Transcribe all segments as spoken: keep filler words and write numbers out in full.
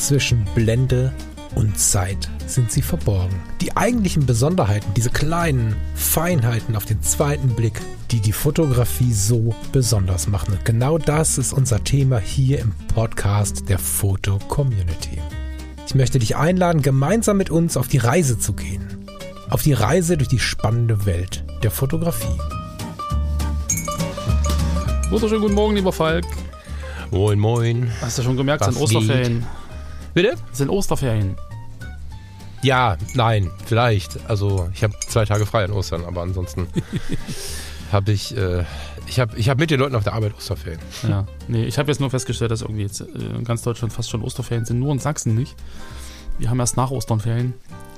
zwischen Blende und Zeit sind sie verborgen. Die eigentlichen Besonderheiten, diese kleinen Feinheiten auf den zweiten Blick, die die Fotografie so besonders machen. Und genau das ist unser Thema hier im Podcast der Foto-Community. Ich möchte dich einladen, gemeinsam mit uns auf die Reise zu gehen. Auf die Reise durch die spannende Welt der Fotografie. Wunderschönen guten Morgen, lieber Falk. Moin, moin. Hast du schon gemerkt, es sind Osterferien. Geht? Bitte? Es sind Osterferien. Ja, nein, vielleicht. Also ich habe zwei Tage frei an Ostern, aber ansonsten habe ich, äh, ich habe ich hab mit den Leuten auf der Arbeit Osterferien. Ja, nee, ich habe jetzt nur festgestellt, dass irgendwie jetzt in ganz Deutschland fast schon Osterferien sind, nur in Sachsen nicht. Wir haben erst nach Ostern Ferien.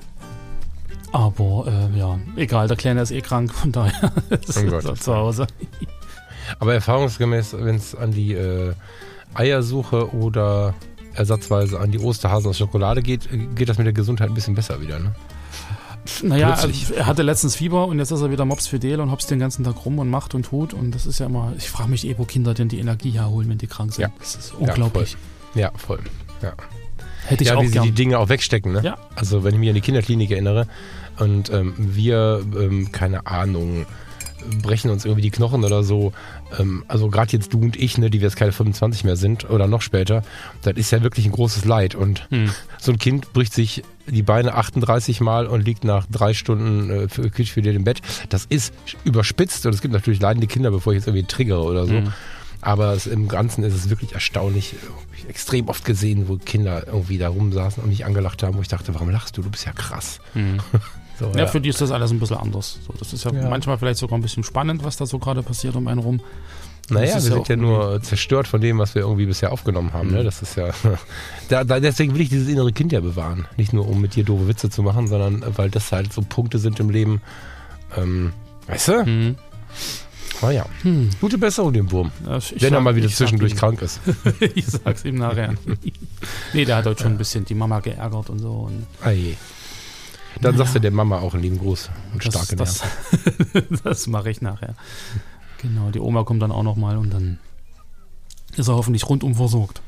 Aber äh, ja, egal, der Kleine ist eh krank, von daher ist oh er zu Hause. Aber erfahrungsgemäß, wenn es an die äh, Eiersuche oder ersatzweise an die Osterhasen aus Schokolade geht, geht das mit der Gesundheit ein bisschen besser wieder, ne? Naja, also er hatte letztens Fieber und jetzt ist er wieder mopsfidel und hopst den ganzen Tag rum und macht und tut. Und das ist ja immer, ich frage mich eh, wo Kinder denn die Energie herholen, wenn die krank sind. Ja. Das ist unglaublich. Ja, voll. Ja, voll. Ja. Hätte ich ja, auch wie gern. sie die Dinge auch wegstecken, ne? Ja. Also wenn ich mich an die Kinderklinik erinnere und ähm, wir, ähm, keine Ahnung, brechen uns irgendwie die Knochen oder so. Ähm, also gerade jetzt du und ich, ne, die wir jetzt keine fünfundzwanzig mehr sind oder noch später, das ist ja wirklich ein großes Leid. Und hm. so ein Kind bricht sich die Beine achtunddreißig Mal und liegt nach drei Stunden äh, quietschfidel im Bett. Das ist überspitzt und es gibt natürlich leidende Kinder, bevor ich jetzt irgendwie triggere oder so. Hm. Aber es, im Ganzen ist es wirklich erstaunlich. Ich habe extrem oft gesehen, wo Kinder irgendwie da rumsaßen und mich angelacht haben, wo ich dachte, warum lachst du? Du bist ja krass. Hm. So, ja, ja, für die ist das alles ein bisschen anders. So, das ist ja, ja manchmal vielleicht sogar ein bisschen spannend, was da so gerade passiert um einen rum. Naja, wir sind ja nur zerstört von dem, was wir irgendwie bisher aufgenommen haben. Mhm. Ne? Das ist ja. Da, da, deswegen will ich dieses innere Kind ja bewahren. Nicht nur, um mit dir doofe Witze zu machen, sondern weil das halt so Punkte sind im Leben. Ähm, weißt du? Mhm. Aber ja. Hm. Gute Besserung dem Wurm. Ja, wenn er mal wieder zwischendurch krank ist. Ich sag's ihm nachher. Nee, der hat heute schon ein bisschen die Mama geärgert und so. Und ah je. Dann ja. sagst du der Mama auch einen lieben Gruß und das, starke Das, das mache ich nachher. Genau, die Oma kommt dann auch nochmal und dann ist er hoffentlich rundum versorgt.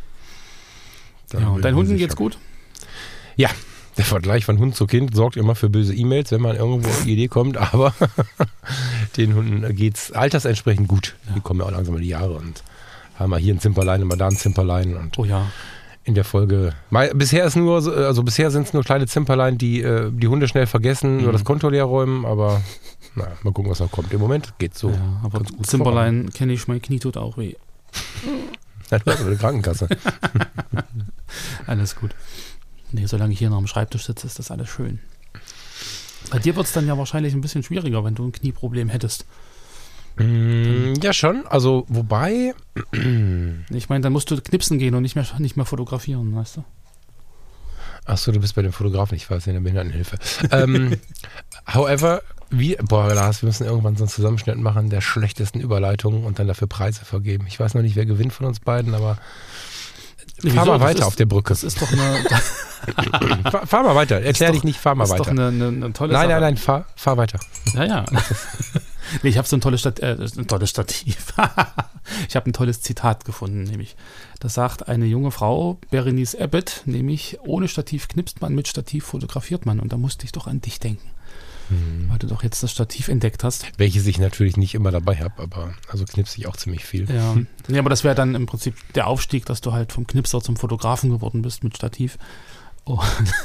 Ja, und deinen Hunden geht's gut? Ja, der Vergleich von Hund zu Kind sorgt immer für böse E-Mails, wenn man irgendwo auf die Idee kommt, aber den Hunden geht's altersentsprechend gut. Ja. Die kommen ja auch langsam in die Jahre und haben mal hier ein Zimperlein und mal da ein Zimperlein. Und oh ja. In der Folge. Bisher ist nur, also bisher sind es nur kleine Zimperlein, die äh, die Hunde schnell vergessen, mhm. nur das Konto leer räumen, aber naja, mal gucken, was noch kommt. Im Moment geht's so. Ja, aber Zimperlein kenne ich, mein Knie tut auch weh. Das war eine Krankenkasse. Alles gut. Nee, solange ich hier noch am Schreibtisch sitze, ist das alles schön. Bei dir wird es dann ja wahrscheinlich ein bisschen schwieriger, wenn du ein Knieproblem hättest. Ja, schon. Also, wobei. Ich meine, dann musst du knipsen gehen und nicht mehr, nicht mehr fotografieren, weißt du? Achso, du bist bei dem Fotografen, ich weiß, in der Behindertenhilfe. ähm, however, wie, boah, Lars, wir müssen irgendwann so einen Zusammenschnitt machen der schlechtesten Überleitungen und dann dafür Preise vergeben. Ich weiß noch nicht, wer gewinnt von uns beiden, aber. Nee, fahr mal weiter ist, auf der Brücke. Das ist doch eine. fahr, fahr mal weiter. Erklär dich nicht, fahr mal ist weiter. Ist doch eine, eine, eine tolle Nein, Sache. nein, nein, fahr, fahr weiter. Ja, ja. Nee, ich habe so ein tolles, Stat- äh, ein tolles Stativ. Ich habe ein tolles Zitat gefunden, nämlich, das sagt eine junge Frau, Berenice Abbott, nämlich, ohne Stativ knipst man, mit Stativ fotografiert man. Und da musste ich doch an dich denken, hm. weil du doch jetzt das Stativ entdeckt hast. Welches ich natürlich nicht immer dabei habe, aber also knipse ich auch ziemlich viel. Ja, ja, aber das wäre dann im Prinzip der Aufstieg, dass du halt vom Knipser zum Fotografen geworden bist mit Stativ. Oh.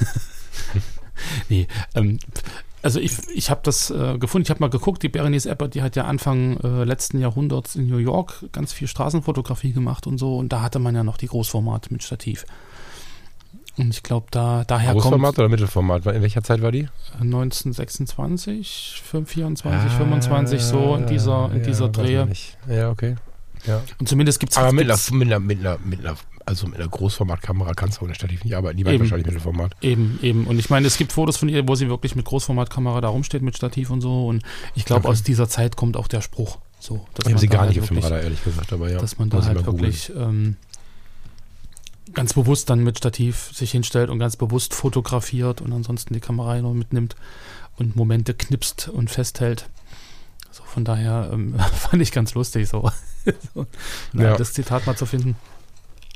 Nee, ähm, also ich, ich habe das äh, gefunden, ich habe mal geguckt, die Berenice Abbott, die hat ja Anfang äh, letzten Jahrhunderts in New York ganz viel Straßenfotografie gemacht und so, und da hatte man ja noch die Großformat mit Stativ. Und ich glaube, da daher Großformat kommt... Großformat oder Mittelformat? In welcher Zeit war die? neunzehnhundertsechsundzwanzig, vierundzwanzig, ah, fünfundzwanzig, so in dieser, in ja, dieser Drehe. Ja, okay. Ja. Und zumindest gibt es... Aber mit einer, mit, einer, mit, einer, mit einer also mit einer Großformatkamera kannst du ohne Stativ nicht arbeiten. Die meint wahrscheinlich Mittelformat. Eben, eben. Und ich meine, es gibt Fotos von ihr, wo sie wirklich mit Großformatkamera da rumsteht, mit Stativ und so. Und ich glaube, okay. aus dieser Zeit kommt auch der Spruch. So, ich habe sie gar nicht auf dem Radar, ehrlich gesagt. Aber ja, dass man da halt wirklich ähm, ganz bewusst dann mit Stativ sich hinstellt und ganz bewusst fotografiert und ansonsten die Kamera noch mitnimmt und Momente knipst und festhält. So, von daher ähm, fand ich ganz lustig, so, so ja. das Zitat mal zu finden.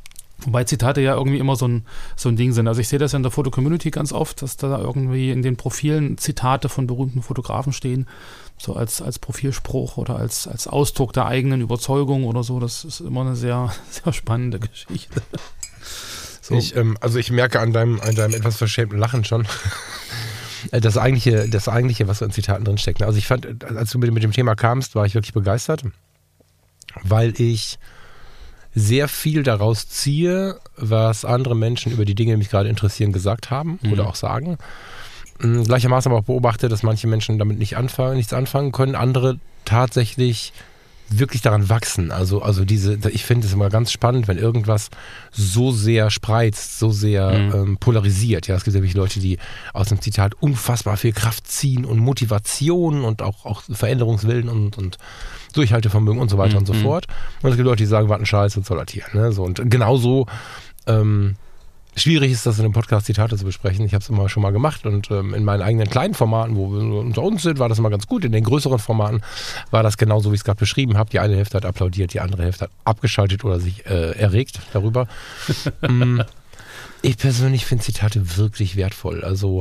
Wobei Zitate ja irgendwie immer so ein, so ein Ding sind. Also ich sehe das ja in der Foto-Community ganz oft, dass da irgendwie in den Profilen Zitate von berühmten Fotografen stehen, so als, als Profilspruch oder als, als Ausdruck der eigenen Überzeugung oder so. Das ist immer eine sehr, sehr spannende Geschichte. So. Ich, ähm, also ich merke an deinem, an deinem etwas verschämten Lachen schon, das eigentliche, das eigentliche, was so in Zitaten drinsteckt. Also ich fand, als du mit, mit dem Thema kamst, war ich wirklich begeistert, weil ich sehr viel daraus ziehe, was andere Menschen über die Dinge, die mich gerade interessieren, gesagt haben mhm. oder auch sagen. Gleichermaßen aber auch beobachte, dass manche Menschen damit nicht anfangen, nichts anfangen können, andere tatsächlich wirklich daran wachsen. Also, also diese, ich finde es immer ganz spannend, wenn irgendwas so sehr spreizt, so sehr mhm. ähm, polarisiert. Ja, es gibt nämlich Leute, die aus einem Zitat unfassbar viel Kraft ziehen und Motivation und auch, auch Veränderungswillen und, und Durchhaltevermögen und so weiter mhm. und so fort. Und es gibt Leute, die sagen, was ein Scheiß und soll das hier. Ne? So, und genauso ähm, schwierig ist das in einem Podcast Zitate zu besprechen. Ich habe es immer schon mal gemacht und ähm, in meinen eigenen kleinen Formaten, wo wir unter uns sind, war das immer ganz gut. In den größeren Formaten war das genauso, wie ich es gerade beschrieben habe. Die eine Hälfte hat applaudiert, die andere Hälfte hat abgeschaltet oder sich äh, erregt darüber. mm, ich persönlich finde Zitate wirklich wertvoll. Also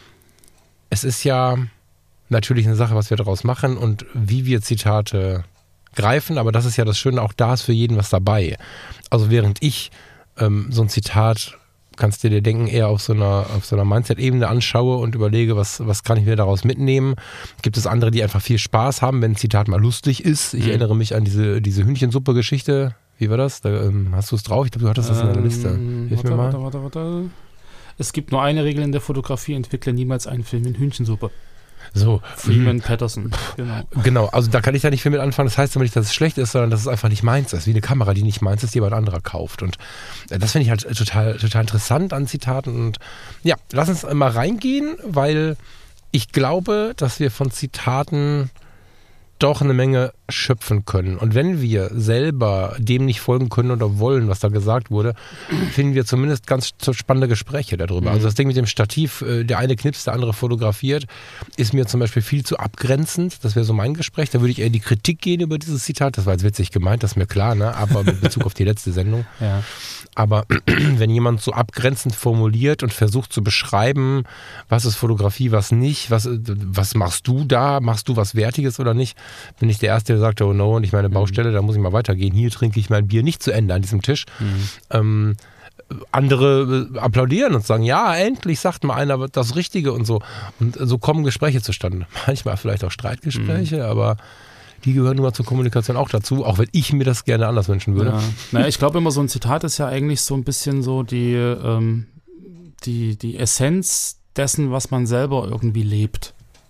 es ist ja natürlich eine Sache, was wir daraus machen und wie wir Zitate greifen, aber das ist ja das Schöne, auch da ist für jeden was dabei. Also während ich ähm, so ein Zitat, kannst du dir denken, eher auf so einer, auf so einer Mindset-Ebene anschaue und überlege, was, was kann ich mir daraus mitnehmen, gibt es andere, die einfach viel Spaß haben, wenn ein Zitat mal lustig ist. Ich mhm. erinnere mich an diese, diese Hühnchensuppe-Geschichte. Wie war das? Da, ähm, hast du es drauf? Ich glaube, du hattest das ähm, in deiner Liste. Hilf warte, mir mal. Warte, warte, warte. Es gibt nur eine Regel in der Fotografie, entwickle niemals einen Film in Hühnchensuppe. So, Freeman Patterson, genau. Genau, also da kann ich da nicht viel mit anfangen. Das heißt aber nicht, dass es schlecht ist, sondern dass es einfach nicht meins ist. Wie eine Kamera, die nicht meins ist, die jemand anderer kauft. Und das finde ich halt total, total interessant an Zitaten. Und ja, lass uns mal reingehen, weil ich glaube, dass wir von Zitaten doch eine Menge schöpfen können. Und wenn wir selber dem nicht folgen können oder wollen, was da gesagt wurde, finden wir zumindest ganz spannende Gespräche darüber. Mhm. Also das Ding mit dem Stativ, der eine knipst, der andere fotografiert, ist mir zum Beispiel viel zu abgrenzend. Das wäre so mein Gespräch. Da würde ich eher in die Kritik gehen über dieses Zitat. Das war jetzt witzig gemeint, das ist mir klar, ne? Aber mit Bezug auf die letzte Sendung. Ja. Aber wenn jemand so abgrenzend formuliert und versucht zu beschreiben, was ist Fotografie, was nicht, was, was machst du da, machst du was Wertiges oder nicht, bin ich der Erste, der sagt, oh no, und ich meine Baustelle, mhm. da muss ich mal weitergehen. Hier trinke ich mein Bier nicht zu Ende an diesem Tisch. Mhm. Ähm, andere applaudieren und sagen, ja, endlich sagt mal einer das Richtige und so. Und so kommen Gespräche zustande. Manchmal vielleicht auch Streitgespräche, mhm. aber die gehören nun mal zur Kommunikation auch dazu, auch wenn ich mir das gerne anders wünschen würde. Ja. Naja, ich glaube immer, so ein Zitat ist ja eigentlich so ein bisschen so die, ähm, die, die Essenz dessen, was man selber irgendwie lebt.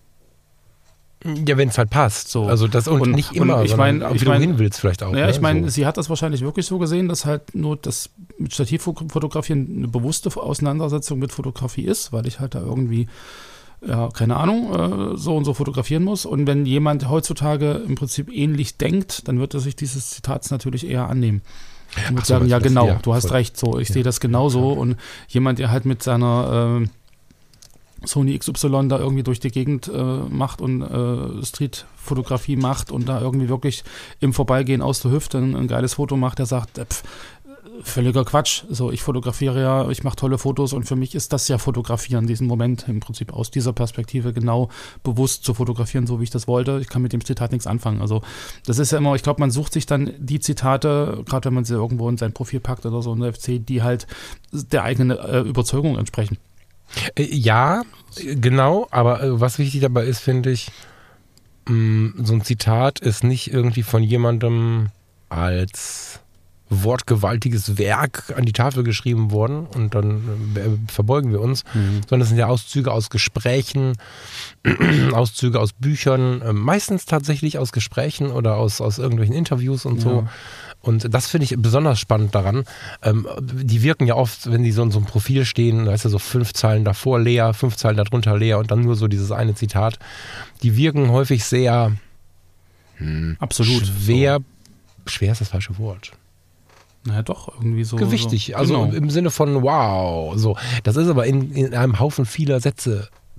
Ja, wenn es halt passt. So. Also das und, und nicht immer, und ich mein, sondern ich wie mein, du hin willst vielleicht auch. Ja, ne? ich meine, so. Sie hat das wahrscheinlich wirklich so gesehen, dass halt nur das mit Stativfotografieren eine bewusste Auseinandersetzung mit Fotografie ist, weil ich halt da irgendwie, ja, keine Ahnung, so und so fotografieren muss. Und wenn jemand heutzutage im Prinzip ähnlich denkt, dann wird er sich dieses Zitats natürlich eher annehmen. Und wird so, sagen, ja das, genau, ja, du hast voll. recht, so, ich ja. sehe das genauso. Ja. Und jemand, der halt mit seiner äh, Sony X Y da irgendwie durch die Gegend äh, macht und äh, Streetfotografie macht und da irgendwie wirklich im Vorbeigehen aus der Hüfte ein, ein geiles Foto macht, der sagt, äh, pf, völliger Quatsch. So, ich fotografiere ja, ich mache tolle Fotos und für mich ist das ja Fotografieren, diesen Moment im Prinzip aus dieser Perspektive genau bewusst zu fotografieren, so wie ich das wollte. Ich kann mit dem Zitat nichts anfangen. Also das ist ja immer, ich glaube, man sucht sich dann die Zitate, gerade wenn man sie irgendwo in sein Profil packt oder so in der F C, die halt der eigenen äh, Überzeugung entsprechen. Ja, genau, aber was wichtig dabei ist, finde ich, mh, so ein Zitat ist nicht irgendwie von jemandem als wortgewaltiges Werk an die Tafel geschrieben worden und dann äh, verbeugen wir uns, mhm. sondern es sind ja Auszüge aus Gesprächen, Auszüge aus Büchern, äh, meistens tatsächlich aus Gesprächen oder aus, aus irgendwelchen Interviews und so. Ja. Und das finde ich besonders spannend daran. Ähm, die wirken ja oft, wenn die so in so einem Profil stehen, da ist ja so fünf Zeilen davor leer, fünf Zeilen darunter leer und dann nur so dieses eine Zitat. Die wirken häufig sehr hm, absolut schwer. So. Schwer ist das falsche Wort. Naja, doch, irgendwie so. Gewichtig, so. also Genau. im Sinne von wow. So. Das ist aber in, in einem Haufen vieler Sätze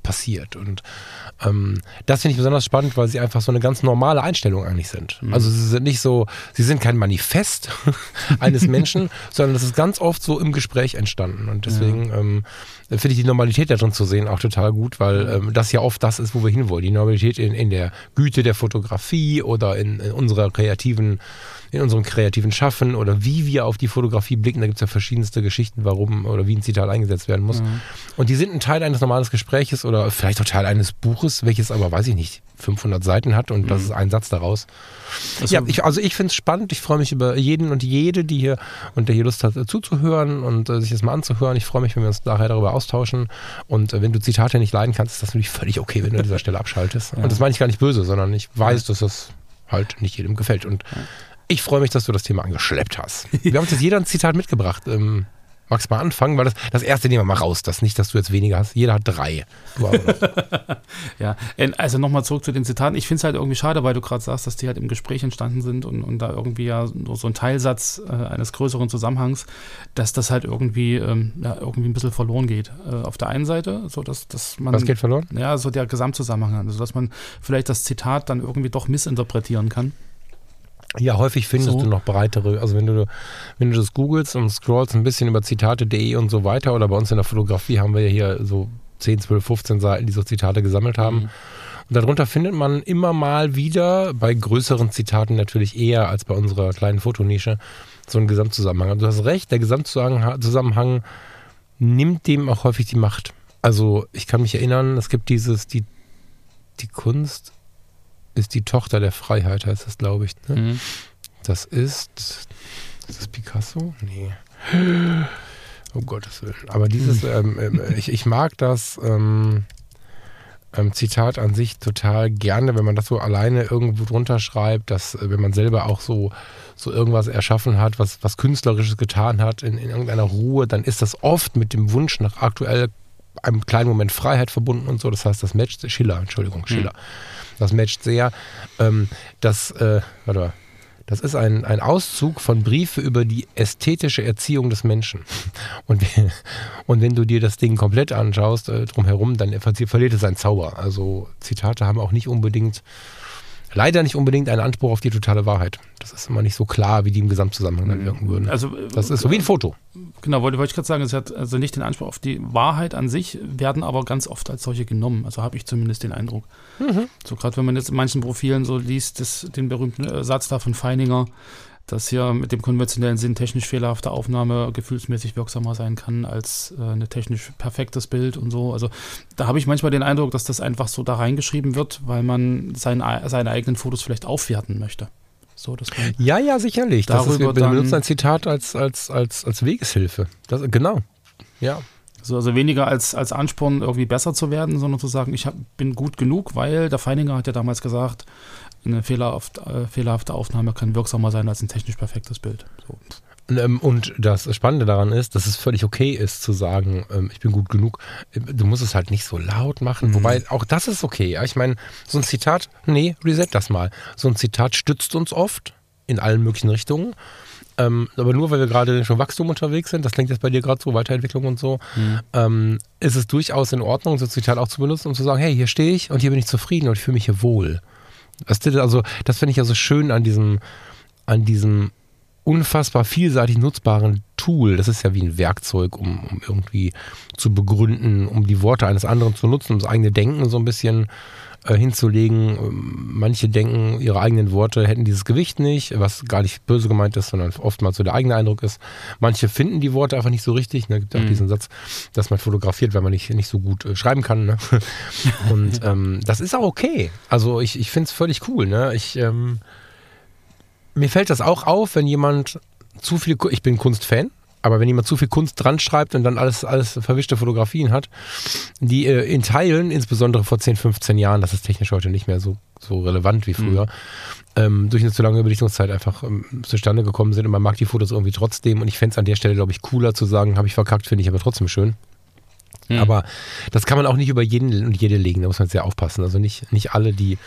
passiert. Und ähm, das finde ich besonders spannend, weil sie einfach so eine ganz normale Einstellung eigentlich sind. Mhm. Also sie sind nicht so, sie sind kein Manifest eines Menschen, sondern das ist ganz oft so im Gespräch entstanden. Und deswegen ja. ähm, finde ich die Normalität da drin zu sehen auch total gut, weil ähm, das ja oft das ist, wo wir hinwollen. Die Normalität in, in der Güte der Fotografie oder in, in unserer kreativen in unserem kreativen Schaffen oder wie wir auf die Fotografie blicken. Da gibt es ja verschiedenste Geschichten, warum oder wie ein Zitat eingesetzt werden muss. Mhm. Und die sind ein Teil eines normalen Gespräches oder vielleicht auch Teil eines Buches, welches aber, weiß ich nicht, fünfhundert Seiten hat und mhm. das ist ein Satz daraus. Also, ja, ich, also ich finde es spannend. Ich freue mich über jeden und jede, die hier und der hier Lust hat zuzuhören und äh, sich das mal anzuhören. Ich freue mich, wenn wir uns nachher darüber austauschen. Und äh, wenn du Zitate nicht leiden kannst, ist das natürlich völlig okay, wenn du an dieser Stelle abschaltest. Ja. Und das meine ich gar nicht böse, sondern ich weiß, ja. dass das halt nicht jedem gefällt. Und ja. ich freue mich, dass du das Thema angeschleppt hast. Wir haben uns jetzt jeder ein Zitat mitgebracht. Ähm, magst du mal anfangen? Weil das, das erste nehmen wir mal raus. Das nicht, dass du jetzt weniger hast. Jeder hat drei. Du aber noch. Ja, also nochmal zurück zu den Zitaten. Ich finde es halt irgendwie schade, weil du gerade sagst, dass die halt im Gespräch entstanden sind und, und da irgendwie ja nur so ein Teilsatz äh, eines größeren Zusammenhangs, dass das halt irgendwie, ähm, ja, irgendwie ein bisschen verloren geht. Äh, auf der einen Seite, so dass, dass man... Was geht verloren? Ja, so der Gesamtzusammenhang. Also dass man vielleicht das Zitat dann irgendwie doch missinterpretieren kann. Ja, häufig findest so. du noch breitere, also wenn du, wenn du das googelst und scrollst ein bisschen über Zitate punkt de und so weiter oder bei uns in der Fotografie haben wir ja hier so zehn, zwölf, fünfzehn Seiten, die so Zitate gesammelt haben. Mhm. Und darunter findet man immer mal wieder, bei größeren Zitaten natürlich eher als bei unserer kleinen Fotonische, so einen Gesamtzusammenhang. Also du hast recht, der Gesamtzusammenhang nimmt dem auch häufig die Macht. Also ich kann mich erinnern, es gibt dieses, die, die Kunst ist die Tochter der Freiheit, heißt das, glaube ich. Ne? Mhm. Das ist, ist das Picasso? Nee. Oh Gottes Willen. Aber dieses, mhm. ähm, ich, ich mag das ähm, ähm, Zitat an sich total gerne, wenn man das so alleine irgendwo drunter schreibt, dass wenn man selber auch so, so irgendwas erschaffen hat, was, was Künstlerisches getan hat, in, in irgendeiner Ruhe, dann ist das oft mit dem Wunsch nach aktuell einem kleinen Moment Freiheit verbunden und so. Das heißt, das matcht, Schiller, Entschuldigung, Schiller. Mhm. Das matcht sehr. Ähm, das, äh, warte mal, das ist ein, ein Auszug von Briefe über die ästhetische Erziehung des Menschen. Und, und wenn du dir das Ding komplett anschaust, äh, drumherum, dann verliert es seinen Zauber. Also Zitate haben auch nicht unbedingt, leider nicht unbedingt einen Anspruch auf die totale Wahrheit. Das ist immer nicht so klar, wie die im Gesamtzusammenhang dann wirken würden. Also, das ist so wie ein Foto. Genau, wollte, wollte ich gerade sagen, es hat also nicht den Anspruch auf die Wahrheit an sich, werden aber ganz oft als solche genommen. Also habe ich zumindest den Eindruck. Mhm. So gerade wenn man jetzt in manchen Profilen so liest, das, den berühmten äh, Satz da von Feininger, dass hier mit dem konventionellen Sinn technisch fehlerhafte Aufnahme gefühlsmäßig wirksamer sein kann als äh, ein technisch perfektes Bild und so. Also da habe ich manchmal den Eindruck, dass das einfach so da reingeschrieben wird, weil man sein, seine eigenen Fotos vielleicht aufwerten möchte. So, dass man ja, ja, sicherlich. Das ist, wir benutzen ein Zitat als, als, als, als Wegeshilfe. Das, genau, ja. So, also weniger als, als Ansporn, irgendwie besser zu werden, sondern zu sagen, ich hab, bin gut genug, weil der Feininger hat ja damals gesagt, eine fehlerhaft, äh, fehlerhafte Aufnahme kann wirksamer sein als ein technisch perfektes Bild. So. Und das Spannende daran ist, dass es völlig okay ist zu sagen, ich bin gut genug. Du musst es halt nicht so laut machen. Mhm. Wobei, auch das ist okay. Ja? Ich meine, so ein Zitat, nee, reset das mal. So ein Zitat stützt uns oft in allen möglichen Richtungen. Ähm, aber nur, weil wir gerade schon Wachstum unterwegs sind, das klingt jetzt bei dir gerade so, Weiterentwicklung und so, mhm. ähm, ist es durchaus in Ordnung, so ein Zitat auch zu benutzen und zu sagen, hey, hier stehe ich und hier bin ich zufrieden und ich fühle mich hier wohl. Das, also, das finde ich ja so schön an diesem, an diesem unfassbar vielseitig nutzbaren Tool. Das ist ja wie ein Werkzeug, um, um irgendwie zu begründen, um die Worte eines anderen zu nutzen, um das eigene Denken so ein bisschen äh, hinzulegen. Manche denken, ihre eigenen Worte hätten dieses Gewicht nicht, was gar nicht böse gemeint ist, sondern oftmals so der eigene Eindruck ist. Manche finden die Worte einfach nicht so richtig. Ne? Es gibt auch mhm. diesen Satz, dass man fotografiert, weil man nicht, nicht so gut äh, schreiben kann. Ne? Und ähm, das ist auch okay. Also ich, ich finde es völlig cool. Ne? Ich ähm, Mir fällt das auch auf, wenn jemand zu viel, ich bin Kunstfan, aber wenn jemand zu viel Kunst dran schreibt und dann alles, alles verwischte Fotografien hat, die äh, in Teilen, insbesondere vor zehn, fünfzehn Jahren, das ist technisch heute nicht mehr so, so relevant wie früher, mhm. ähm, durch eine zu lange Belichtungszeit einfach ähm, zustande gekommen sind und man mag die Fotos irgendwie trotzdem und ich fände es an der Stelle, glaube ich, cooler zu sagen, habe ich verkackt, finde ich aber trotzdem schön. Mhm. Aber das kann man auch nicht über jeden und jede legen, da muss man sehr aufpassen. Also nicht, nicht alle, die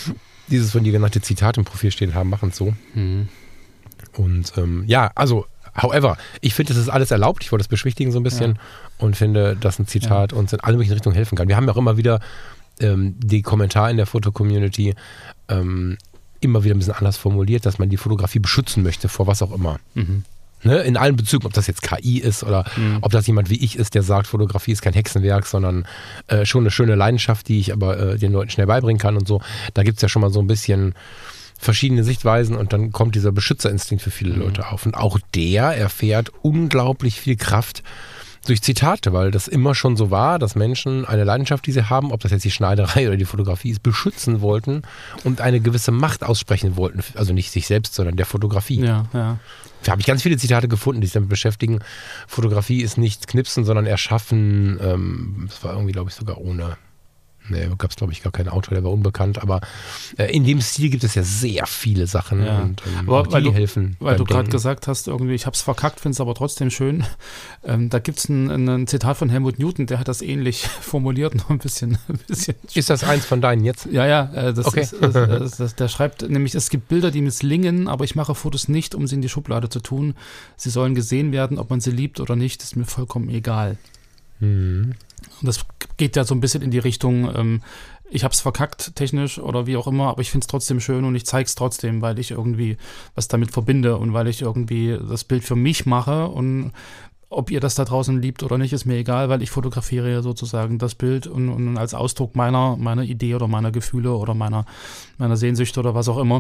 dieses von dir genannte Zitat im Profil stehen haben, machen es so. Mhm. Und ähm, ja, also However, ich finde, es ist alles erlaubt. Ich wollte es beschwichtigen so ein bisschen ja. und finde, dass ein Zitat ja. uns in alle möglichen Richtungen helfen kann. Wir haben ja auch immer wieder ähm, die Kommentare in der Foto-Community ähm, immer wieder ein bisschen anders formuliert, dass man die Fotografie beschützen möchte vor was auch immer. Mhm. Ne? In allen Bezügen, ob das jetzt K I ist oder mhm. ob das jemand wie ich ist, der sagt, Fotografie ist kein Hexenwerk, sondern äh, schon eine schöne Leidenschaft, die ich aber äh, den Leuten schnell beibringen kann und so. Da gibt es ja schon mal so ein bisschen verschiedene Sichtweisen und dann kommt dieser Beschützerinstinkt für viele mhm. Leute auf. Und auch der erfährt unglaublich viel Kraft durch Zitate, weil das immer schon so war, dass Menschen eine Leidenschaft, die sie haben, ob das jetzt die Schneiderei oder die Fotografie ist, beschützen wollten und eine gewisse Macht aussprechen wollten. Also nicht sich selbst, sondern der Fotografie. Ja, ja. Da habe ich ganz viele Zitate gefunden, die sich damit beschäftigen. Fotografie ist nicht Knipsen, sondern Erschaffen. Ähm, das war irgendwie, glaube ich, sogar ohne... Nee, gab es, glaube ich, gar keinen Autor, der war unbekannt, aber äh, in dem Stil gibt es ja sehr viele Sachen ja. und ähm, aber auch die weil du, helfen. Weil du gerade gesagt hast, irgendwie, ich habe es verkackt, finde es aber trotzdem schön. Ähm, da gibt es ein, ein Zitat von Helmut Newton, der hat das ähnlich formuliert, noch ein bisschen. Ein bisschen ist das eins von deinen jetzt? Ja, ja, äh, das okay. ist, das, das, das, der schreibt nämlich, es gibt Bilder, die misslingen, aber ich mache Fotos nicht, um sie in die Schublade zu tun. Sie sollen gesehen werden, ob man sie liebt oder nicht, ist mir vollkommen egal. Mhm. Und das geht ja so ein bisschen in die Richtung, ähm, ich habe es verkackt technisch oder wie auch immer, aber ich finde es trotzdem schön und ich zeige es trotzdem, weil ich irgendwie was damit verbinde und weil ich irgendwie das Bild für mich mache und ob ihr das da draußen liebt oder nicht, ist mir egal, weil ich fotografiere ja sozusagen das Bild und, und als Ausdruck meiner, meiner Idee oder meiner Gefühle oder meiner, meiner Sehnsüchte oder was auch immer.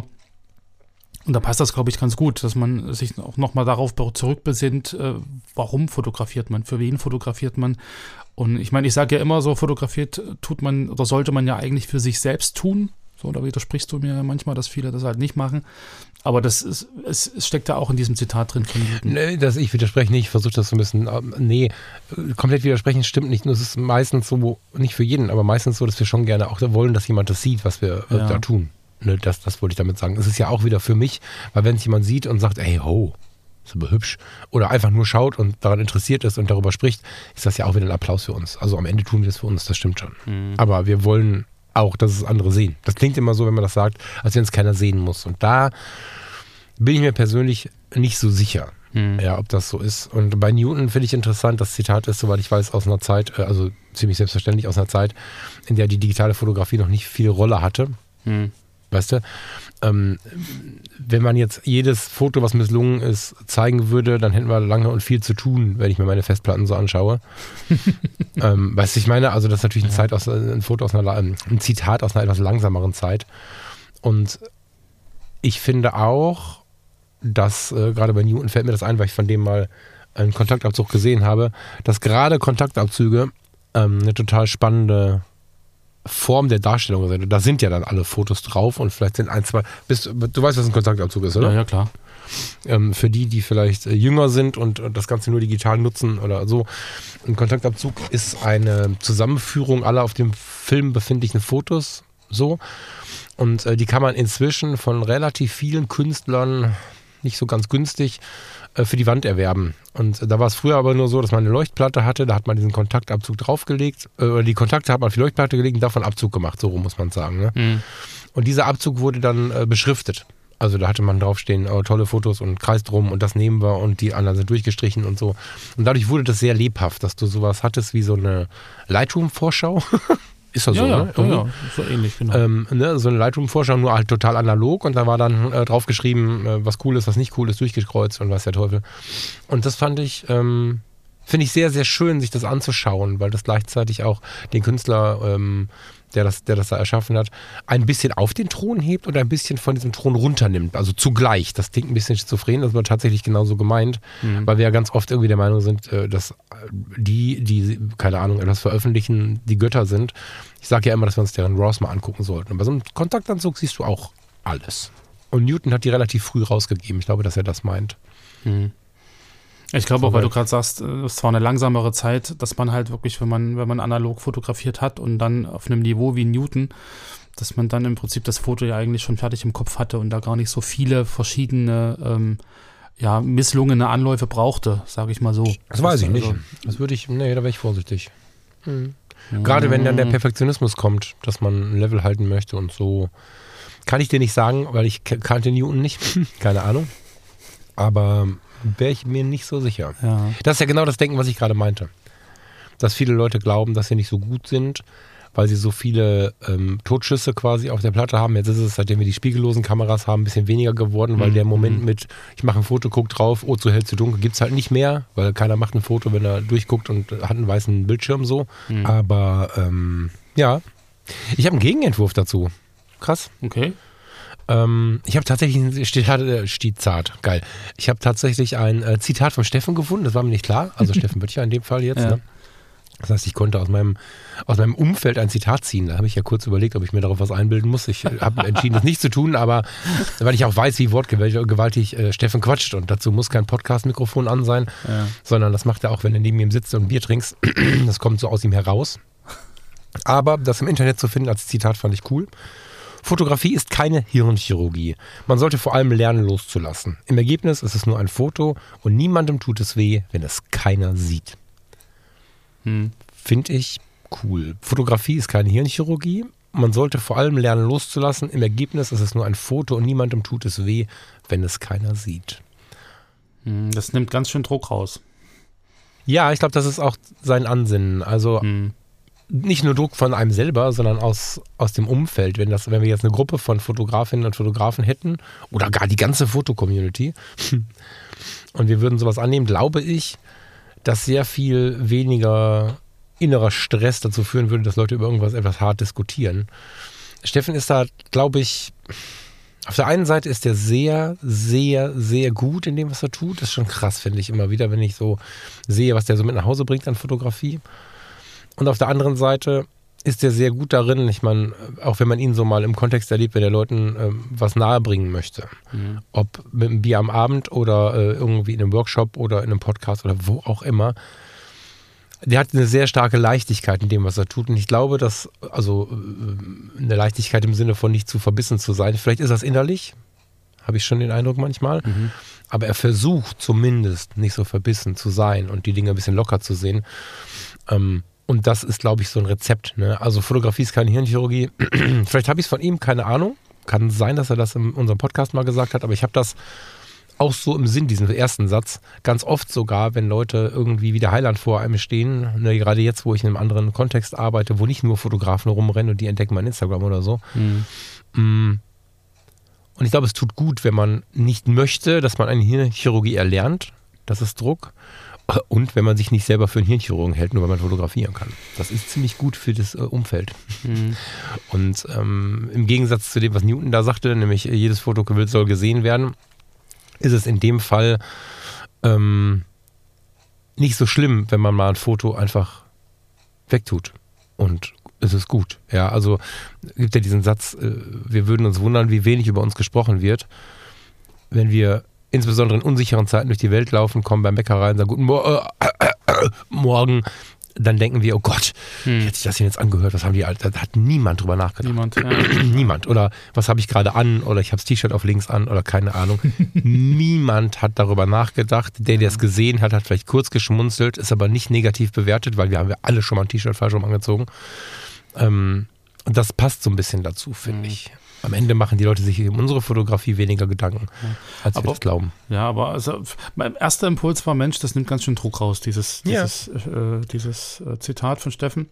Und da passt das, glaube ich, ganz gut, dass man sich auch nochmal darauf zurückbesinnt, äh, warum fotografiert man, für wen fotografiert man. Und ich meine, ich sage ja immer so, fotografiert tut man oder sollte man ja eigentlich für sich selbst tun. So, da widersprichst du mir manchmal, dass viele das halt nicht machen. Aber das ist, es, es steckt ja auch in diesem Zitat drin von Newton. Nee, das, ich widerspreche nicht, ich versuche das so ein bisschen, nee, komplett widersprechen stimmt nicht. Nur es ist meistens so, nicht für jeden, aber meistens so, dass wir schon gerne auch wollen, dass jemand das sieht, was wir ja. da tun. Ne, das, das wollte ich damit sagen. Es ist ja auch wieder für mich, weil wenn es jemand sieht und sagt, ey, ho, ist aber hübsch, oder einfach nur schaut und daran interessiert ist und darüber spricht, ist das ja auch wieder ein Applaus für uns. Also am Ende tun wir das für uns, das stimmt schon. Mhm. Aber wir wollen auch, dass es andere sehen. Das klingt immer so, wenn man das sagt, als wenn es keiner sehen muss. Und da bin ich mir persönlich nicht so sicher, mhm. ja, ob das so ist. Und bei Newton finde ich interessant, das Zitat ist, soweit ich weiß, aus einer Zeit, also ziemlich selbstverständlich aus einer Zeit, in der die digitale Fotografie noch nicht viel Rolle hatte. Mhm. Weißt du, ähm, wenn man jetzt jedes Foto, was misslungen ist, zeigen würde, dann hätten wir lange und viel zu tun, wenn ich mir meine Festplatten so anschaue. ähm, weißt du, ich meine, also das ist natürlich eine Zeit aus, ein Foto aus einer, ein Zitat aus einer etwas langsameren Zeit. Und ich finde auch, dass äh, gerade bei Newton fällt mir das ein, weil ich von dem mal einen Kontaktabzug gesehen habe, dass gerade Kontaktabzüge ähm, eine total spannende Form der Darstellung sind. Da sind ja dann alle Fotos drauf und vielleicht sind ein, zwei. Bist, du weißt, was ein Kontaktabzug ist, oder? Ja, ja, klar. Ähm, für die, die vielleicht äh, jünger sind und, und das Ganze nur digital nutzen oder so. Ein Kontaktabzug ist eine Zusammenführung aller auf dem Film befindlichen Fotos. So. Und äh, die kann man inzwischen von relativ vielen Künstlern nicht so ganz günstig äh, für die Wand erwerben. Und äh, da war es früher aber nur so, dass man eine Leuchtplatte hatte, da hat man diesen Kontaktabzug draufgelegt, äh, oder die Kontakte hat man auf die Leuchtplatte gelegt und davon Abzug gemacht, so rum muss man sagen. Ne? Mhm. Und dieser Abzug wurde dann äh, beschriftet. Also da hatte man draufstehen, oh, tolle Fotos und Kreis drum und das nehmen wir und die anderen sind durchgestrichen und so. Und dadurch wurde das sehr lebhaft, dass du sowas hattest wie so eine Lightroom-Vorschau. Ist das ja, so, ja, ne? Ja, ja, so ähnlich, genau. Ähm, ne, so eine Lightroom-Vorschau, nur halt total analog und da war dann äh, draufgeschrieben, äh, was cool ist, was nicht cool ist, durchgekreuzt und was der Teufel. Und das fand ich, ähm, finde ich sehr, sehr schön, sich das anzuschauen, weil das gleichzeitig auch den Künstler, ähm, der das, der das da erschaffen hat, ein bisschen auf den Thron hebt und ein bisschen von diesem Thron runternimmt. Also zugleich. Das klingt ein bisschen schizophren, das war tatsächlich genauso gemeint, mhm. weil wir ja ganz oft irgendwie der Meinung sind, dass die, die, keine Ahnung, etwas veröffentlichen, die Götter sind. Ich sage ja immer, dass wir uns deren Raws mal angucken sollten. Und bei so einem Kontaktanzug siehst du auch alles. Und Newton hat die relativ früh rausgegeben. Ich glaube, dass er das meint. Mhm. Ich glaube auch, weil du gerade sagst, es war eine langsamere Zeit, dass man halt wirklich, wenn man, wenn man analog fotografiert hat und dann auf einem Niveau wie Newton, dass man dann im Prinzip das Foto ja eigentlich schon fertig im Kopf hatte und da gar nicht so viele verschiedene, ähm, ja, misslungene Anläufe brauchte, sage ich mal so. Das weiß ich nicht. Das würde ich, nee, da wäre ich vorsichtig. Mhm. Gerade wenn dann der Perfektionismus kommt, dass man ein Level halten möchte und so, kann ich dir nicht sagen, weil ich kannte Newton nicht, keine Ahnung. Aber wäre ich mir nicht so sicher. Ja. Das ist ja genau das Denken, was ich gerade meinte. Dass viele Leute glauben, dass sie nicht so gut sind, weil sie so viele ähm, Totschüsse quasi auf der Platte haben. Jetzt ist es, seitdem wir die spiegellosen Kameras haben, ein bisschen weniger geworden, weil mhm. der Moment mit, ich mache ein Foto, guck drauf, oh, zu hell, zu dunkel, gibt es halt nicht mehr, weil keiner macht ein Foto, wenn er durchguckt und hat einen weißen Bildschirm so. Mhm. Aber ähm, ja, ich habe einen Gegenentwurf dazu. Krass. Okay. Ähm, ich habe tatsächlich ein Zitat, äh, Stizat, geil. Ich habe tatsächlich ein äh, Zitat von Steffen gefunden, das war mir nicht klar. Also Steffen Böttcher in dem Fall jetzt, ja. ne? Das heißt, ich konnte aus meinem, aus meinem Umfeld ein Zitat ziehen. Da habe ich ja kurz überlegt, ob ich mir darauf was einbilden muss. Ich habe entschieden, das nicht zu tun, aber weil ich auch weiß, wie wortgewaltig äh, Steffen quatscht. Und dazu muss kein Podcast-Mikrofon an sein, ja. sondern das macht er auch, wenn er neben ihm sitzt und ein Bier trinkst. Das kommt so aus ihm heraus. Aber das im Internet zu finden als Zitat fand ich cool. Fotografie ist keine Hirnchirurgie. Man sollte vor allem lernen, loszulassen. Im Ergebnis ist es nur ein Foto und niemandem tut es weh, wenn es keiner sieht. Hm. Finde ich cool. Fotografie ist keine Hirnchirurgie. Man sollte vor allem lernen, loszulassen. Im Ergebnis ist es nur ein Foto und niemandem tut es weh, wenn es keiner sieht. Hm, das nimmt ganz schön Druck raus. Ja, ich glaube, das ist auch sein Ansinnen. Also hm. nicht nur Druck von einem selber, sondern aus, aus dem Umfeld. Wenn, das, wenn wir jetzt eine Gruppe von Fotografinnen und Fotografen hätten oder gar die ganze Foto-Community und wir würden sowas annehmen, glaube ich, dass sehr viel weniger innerer Stress dazu führen würde, dass Leute über irgendwas etwas hart diskutieren. Steffen ist da, glaube ich, auf der einen Seite ist er sehr, sehr, sehr gut in dem, was er tut. Das ist schon krass, finde ich immer wieder, wenn ich so sehe, was der so mit nach Hause bringt an Fotografie. Und auf der anderen Seite ist er sehr gut darin, ich meine, auch wenn man ihn so mal im Kontext erlebt, wenn er Leuten ähm, was nahebringen möchte. Mhm. Ob mit einem Bier am Abend oder äh, irgendwie in einem Workshop oder in einem Podcast oder wo auch immer. Der hat eine sehr starke Leichtigkeit in dem, was er tut. Und ich glaube, dass, also äh, eine Leichtigkeit im Sinne von nicht zu verbissen zu sein. Vielleicht ist das innerlich, habe ich schon den Eindruck manchmal. Mhm. Aber er versucht zumindest nicht so verbissen zu sein und die Dinge ein bisschen locker zu sehen. Ähm, Und das ist, glaube ich, so ein Rezept. Ne? Also Fotografie ist keine Hirnchirurgie. Vielleicht habe ich es von ihm, keine Ahnung. Kann sein, dass er das in unserem Podcast mal gesagt hat, aber ich habe das auch so im Sinn, diesen ersten Satz. Ganz oft sogar, wenn Leute irgendwie wie der Heiland vor einem stehen, ne, gerade jetzt, wo ich in einem anderen Kontext arbeite, wo nicht nur Fotografen rumrennen und die entdecken mein Instagram oder so. Mhm. Und ich glaube, es tut gut, wenn man nicht möchte, dass man eine Hirnchirurgie erlernt. Das ist Druck. Und wenn man sich nicht selber für einen Hirnchirurgen hält, nur weil man fotografieren kann. Das ist ziemlich gut für das äh, Umfeld. Mhm. Und ähm, im Gegensatz zu dem, was Newton da sagte, nämlich jedes Foto soll gesehen werden, ist es in dem Fall ähm, nicht so schlimm, wenn man mal ein Foto einfach wegtut. Und es ist gut. Ja, also gibt ja diesen Satz, äh, wir würden uns wundern, wie wenig über uns gesprochen wird, wenn wir insbesondere in unsicheren Zeiten durch die Welt laufen, kommen beim Bäcker rein und sagen, guten Mo- äh, äh, äh, Morgen, dann denken wir, oh Gott, hm. wie hat sich das denn jetzt angehört? Was haben die Alten? Da hat niemand drüber nachgedacht. Niemand, ja. Niemand. Oder was habe ich gerade an? Oder ich habe das T-Shirt auf links an oder keine Ahnung. Niemand hat darüber nachgedacht. Der, der es gesehen hat, hat vielleicht kurz geschmunzelt, ist aber nicht negativ bewertet, weil wir haben ja alle schon mal ein T-Shirt falsch rum angezogen. Ähm, und das passt so ein bisschen dazu, finde hm. ich. Am Ende machen die Leute sich um unsere Fotografie weniger Gedanken, als aber, wir das glauben. Ja, aber also, mein erster Impuls war, Mensch, das nimmt ganz schön Druck raus, dieses, dieses, ja. äh, dieses äh, Zitat von Steffen.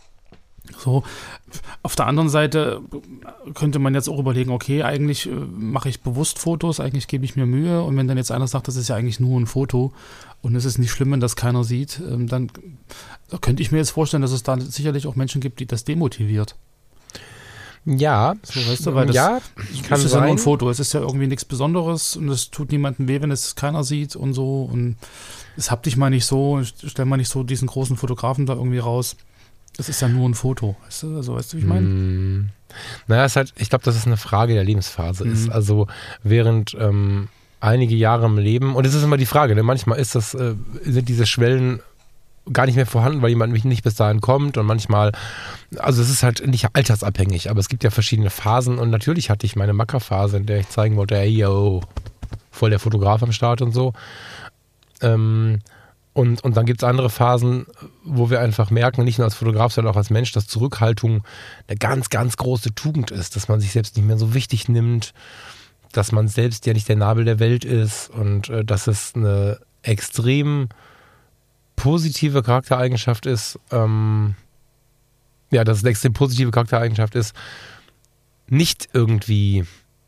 So, auf der anderen Seite könnte man jetzt auch überlegen, okay, eigentlich äh, mache ich bewusst Fotos, eigentlich gebe ich mir Mühe und wenn dann jetzt einer sagt, das ist ja eigentlich nur ein Foto und es ist nicht schlimm, wenn das keiner sieht, ähm, dann könnte ich mir jetzt vorstellen, dass es da sicherlich auch Menschen gibt, die das demotiviert. Ja, so, weißt du, weil das, ja, kann das ist sein. ja nur ein Foto, es ist ja irgendwie nichts Besonderes und es tut niemandem weh, wenn es keiner sieht und so und es hab dich mal nicht so, stell mal nicht so diesen großen Fotografen da irgendwie raus. Es ist ja nur ein Foto, weißt du, also, weißt du, wie ich meine? Mm. Naja, es ist halt, ich glaube, dass es eine Frage der Lebensphase mhm. ist. Also während ähm, einige Jahre im Leben, und es ist immer die Frage, ne? Manchmal ist das, äh, sind diese Schwellen gar nicht mehr vorhanden, weil jemand nicht bis dahin kommt und manchmal, also es ist halt nicht altersabhängig, aber es gibt ja verschiedene Phasen und natürlich hatte ich meine Mackerphase, in der ich zeigen wollte, hey, yo, voll der Fotograf am Start und so. Ähm, und, und dann gibt es andere Phasen, wo wir einfach merken, nicht nur als Fotograf, sondern auch als Mensch, dass Zurückhaltung eine ganz, ganz große Tugend ist, dass man sich selbst nicht mehr so wichtig nimmt, dass man selbst ja nicht der Nabel der Welt ist und äh, dass es eine extrem positive Charaktereigenschaft ist, ähm, ja, dass es eine extrem positive Charaktereigenschaft ist, nicht irgendwie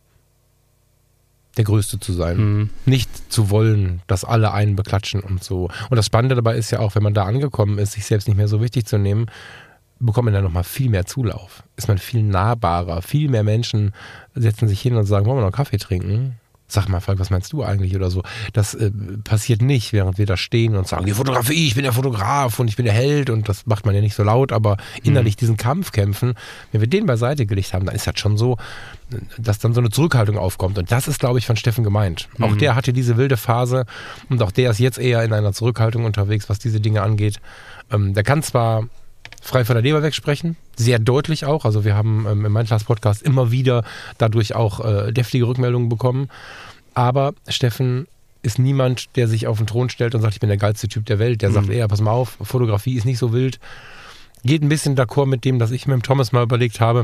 der Größte zu sein. Mhm. Nicht zu wollen, dass alle einen beklatschen und so. Und das Spannende dabei ist ja auch, wenn man da angekommen ist, sich selbst nicht mehr so wichtig zu nehmen, bekommt man dann nochmal viel mehr Zulauf. Ist man viel nahbarer. Viel mehr Menschen setzen sich hin und sagen, wollen wir noch Kaffee trinken? Sag mal, Falk, was meinst du eigentlich oder so? Das äh, passiert nicht, während wir da stehen und sagen, die Fotografie, ich bin der Fotograf und ich bin der Held, und das macht man ja nicht so laut, aber innerlich diesen Kampf kämpfen, wenn wir den beiseite gelegt haben, dann ist das schon so, dass dann so eine Zurückhaltung aufkommt, und das ist, glaube ich, von Steffen gemeint. Mhm. Auch der hatte diese wilde Phase und auch der ist jetzt eher in einer Zurückhaltung unterwegs, was diese Dinge angeht. Ähm, der kann zwar frei von der Leber wegsprechen, sehr deutlich auch. Also wir haben ähm, im Mindclass-Podcast immer wieder dadurch auch äh, deftige Rückmeldungen bekommen. Aber Steffen ist niemand, der sich auf den Thron stellt und sagt, ich bin der geilste Typ der Welt. Der mhm. sagt eher, pass mal auf, Fotografie ist nicht so wild. Geht ein bisschen d'accord mit dem, dass ich mit dem Thomas mal überlegt habe.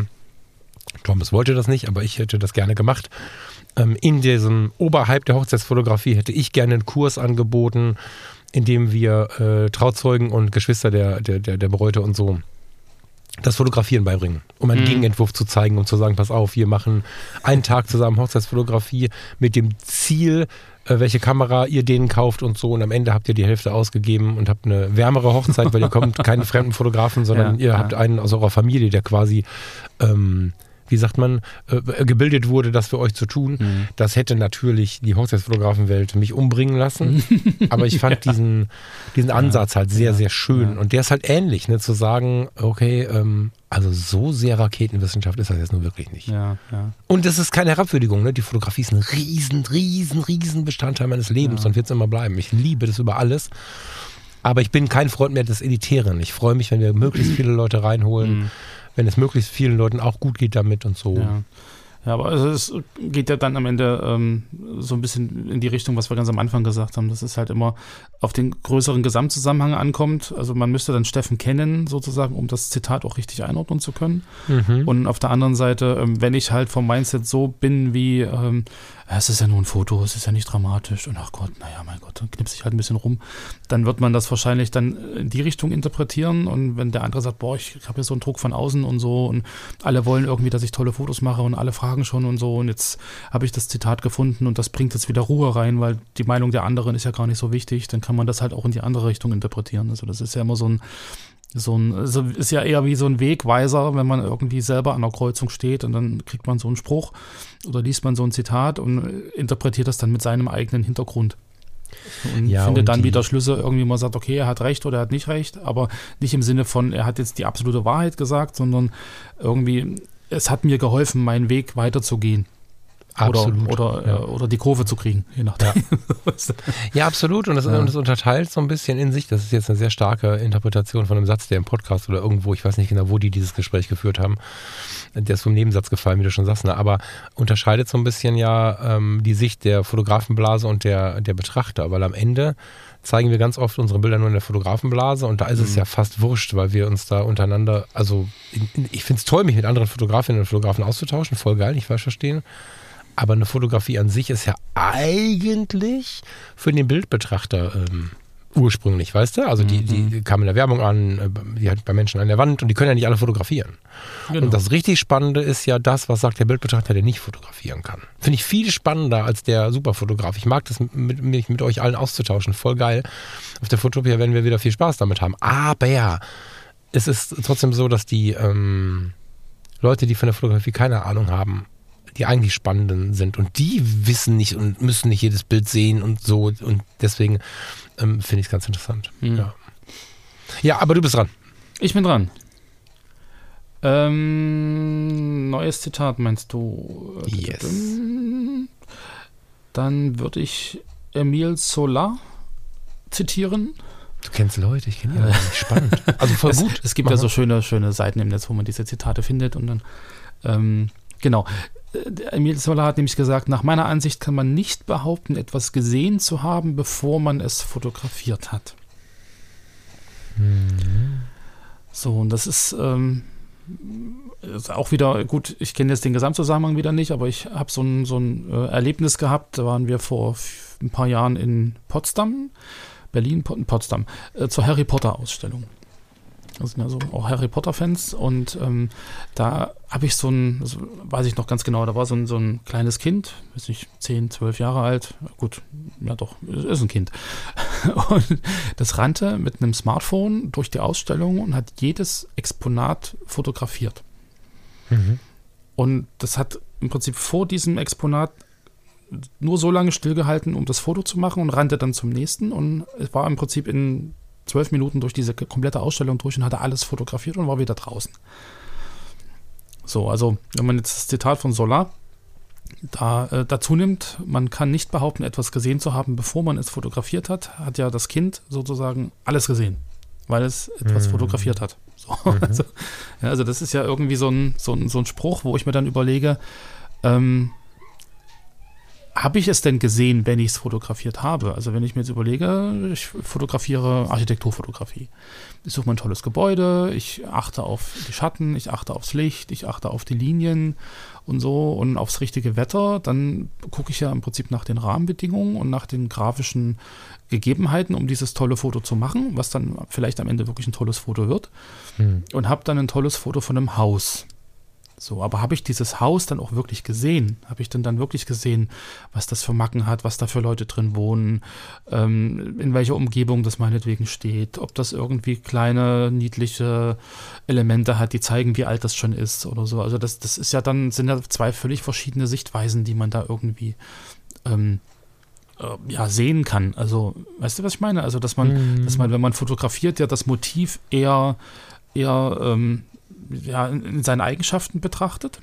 Thomas wollte das nicht, aber ich hätte das gerne gemacht. Ähm, in diesem Oberhype der Hochzeitsfotografie hätte ich gerne einen Kurs angeboten, in dem wir äh, Trauzeugen und Geschwister der, der, der, der Bräute und so das Fotografieren beibringen, um einen mhm. Gegenentwurf zu zeigen, um zu sagen, pass auf, wir machen einen Tag zusammen Hochzeitsfotografie mit dem Ziel, äh, welche Kamera ihr denen kauft und so, und am Ende habt ihr die Hälfte ausgegeben und habt eine wärmere Hochzeit, weil ihr kommt keine fremden Fotografen, sondern ja, ihr ja. habt einen aus eurer Familie, der quasi ähm, wie sagt man, äh, gebildet wurde, das für euch zu tun. Mhm. Das hätte natürlich die Hochzeitsfotografenwelt mich umbringen lassen. Aber ich fand ja. diesen, diesen Ansatz halt sehr, ja. sehr schön. Ja. Und der ist halt ähnlich, ne, zu sagen, okay, ähm, also so sehr Raketenwissenschaft ist das jetzt nur wirklich nicht. Ja, ja. Und das ist keine Herabwürdigung, ne? Die Fotografie ist ein riesen, riesen, riesen Bestandteil meines Lebens ja. und wird es immer bleiben. Ich liebe das über alles. Aber ich bin kein Freund mehr des Elitären. Ich freue mich, wenn wir möglichst viele Leute reinholen, mhm. wenn es möglichst vielen Leuten auch gut geht damit und so. Ja, ja, aber also es geht ja dann am Ende ähm, so ein bisschen in die Richtung, was wir ganz am Anfang gesagt haben, dass es halt immer auf den größeren Gesamtzusammenhang ankommt. Also man müsste dann Steffen kennen, sozusagen, um das Zitat auch richtig einordnen zu können. Mhm. Und auf der anderen Seite, ähm, wenn ich halt vom Mindset so bin wie, ähm, ja, es ist ja nur ein Foto, es ist ja nicht dramatisch und ach Gott, naja, mein Gott, dann knipse ich halt ein bisschen rum, dann wird man das wahrscheinlich dann in die Richtung interpretieren, und wenn der andere sagt, boah, ich habe hier so einen Druck von außen und so und alle wollen irgendwie, dass ich tolle Fotos mache und alle fragen schon und so, und jetzt habe ich das Zitat gefunden und das bringt jetzt wieder Ruhe rein, weil die Meinung der anderen ist ja gar nicht so wichtig, dann kann man das halt auch in die andere Richtung interpretieren. Also das ist ja immer so ein So ein, also ist ja eher wie so ein Wegweiser, wenn man irgendwie selber an der Kreuzung steht und dann kriegt man so einen Spruch oder liest man so ein Zitat und interpretiert das dann mit seinem eigenen Hintergrund. Und ja, findet und dann die, wieder Schlüsse, irgendwie man sagt, okay, er hat recht oder er hat nicht recht, aber nicht im Sinne von, er hat jetzt die absolute Wahrheit gesagt, sondern irgendwie, es hat mir geholfen, meinen Weg weiterzugehen. Absolut. Oder, oder, ja. oder die Kurve zu kriegen, je nachdem. Ja, ja absolut. Und das, ja. und das unterteilt so ein bisschen in sich. Das ist jetzt eine sehr starke Interpretation von einem Satz, der im Podcast oder irgendwo, ich weiß nicht genau, wo die dieses Gespräch geführt haben, der ist vom Nebensatz gefallen, wie du schon sagst, ne? Aber unterscheidet so ein bisschen ja ähm, die Sicht der Fotografenblase und der, der Betrachter. Weil am Ende zeigen wir ganz oft unsere Bilder nur in der Fotografenblase, und da ist mhm. es ja fast wurscht, weil wir uns da untereinander, also in, in, ich finde es toll, mich mit anderen Fotografinnen und Fotografen auszutauschen, voll geil, nicht falsch verstehen. Aber eine Fotografie an sich ist ja eigentlich für den Bildbetrachter ähm, ursprünglich, weißt du? Also die, die, die kam in der Werbung an, die hat bei Menschen an der Wand, und die können ja nicht alle fotografieren. Genau. Und das richtig Spannende ist ja das, was sagt der Bildbetrachter, der nicht fotografieren kann. Finde ich viel spannender als der Superfotograf. Ich mag das, mit, mich mit euch allen auszutauschen, voll geil. Auf der Fotopia werden wir wieder viel Spaß damit haben. Aber ja, es ist trotzdem so, dass die ähm, Leute, die von der Fotografie keine Ahnung haben, die eigentlich Spannenden sind, und die wissen nicht und müssen nicht jedes Bild sehen und so, und deswegen ähm, finde ich es ganz interessant. Mhm. Ja. ja, aber du bist dran. Ich bin dran. Ähm, neues Zitat meinst du? Yes. Dann würde ich Emile Zola zitieren. Du kennst Leute, ich kenne die nicht. Spannend. Also voll es, gut. Es gibt Mach ja so schöne, schöne Seiten im Netz, wo man diese Zitate findet, und dann ähm, genau. Emile Zola hat nämlich gesagt, nach meiner Ansicht kann man nicht behaupten, etwas gesehen zu haben, bevor man es fotografiert hat. Mhm. So, und das ist, ähm, ist auch wieder, gut, ich kenne jetzt den Gesamtzusammenhang wieder nicht, aber ich habe so ein, so ein äh, Erlebnis gehabt, da waren wir vor f- ein paar Jahren in Potsdam, Berlin, Pot- Potsdam, äh, zur Harry Potter Ausstellung. Das sind ja so auch Harry Potter-Fans und ähm, da habe ich so ein, also weiß ich noch ganz genau, da war so ein, so ein kleines Kind, weiß nicht, zehn, zwölf Jahre alt, gut, ja doch, ist ein Kind. Und das rannte mit einem Smartphone durch die Ausstellung und hat jedes Exponat fotografiert. Mhm. Und das hat im Prinzip vor diesem Exponat nur so lange stillgehalten, um das Foto zu machen und rannte dann zum nächsten und es war im Prinzip in zwölf Minuten durch diese komplette Ausstellung durch und hatte alles fotografiert und war wieder draußen. So, also wenn man jetzt das Zitat von Solar da, äh, dazu nimmt, man kann nicht behaupten, etwas gesehen zu haben, bevor man es fotografiert hat, hat ja das Kind sozusagen alles gesehen, weil es etwas mhm. fotografiert hat. So, mhm. also, ja, also das ist ja irgendwie so ein, so, ein, so ein Spruch, wo ich mir dann überlege, ähm, habe ich es denn gesehen, wenn ich es fotografiert habe? Also wenn ich mir jetzt überlege, ich fotografiere Architekturfotografie. Ich suche mir ein tolles Gebäude, ich achte auf die Schatten, ich achte aufs Licht, ich achte auf die Linien und so und aufs richtige Wetter. Dann gucke ich ja im Prinzip nach den Rahmenbedingungen und nach den grafischen Gegebenheiten, um dieses tolle Foto zu machen, was dann vielleicht am Ende wirklich ein tolles Foto wird. Hm. Und habe dann ein tolles Foto von einem Haus. So, aber habe ich dieses Haus dann auch wirklich gesehen? Habe ich denn dann wirklich gesehen, was das für Macken hat, was da für Leute drin wohnen, ähm, in welcher Umgebung das meinetwegen steht, ob das irgendwie kleine, niedliche Elemente hat, die zeigen, wie alt das schon ist oder so. Also das, das ist ja dann, sind ja zwei völlig verschiedene Sichtweisen, die man da irgendwie ähm, äh, ja, sehen kann. Also, weißt du, was ich meine? Also, dass man, mhm. dass man, wenn man fotografiert, ja das Motiv eher, eher ähm, ja, in, in seinen Eigenschaften betrachtet.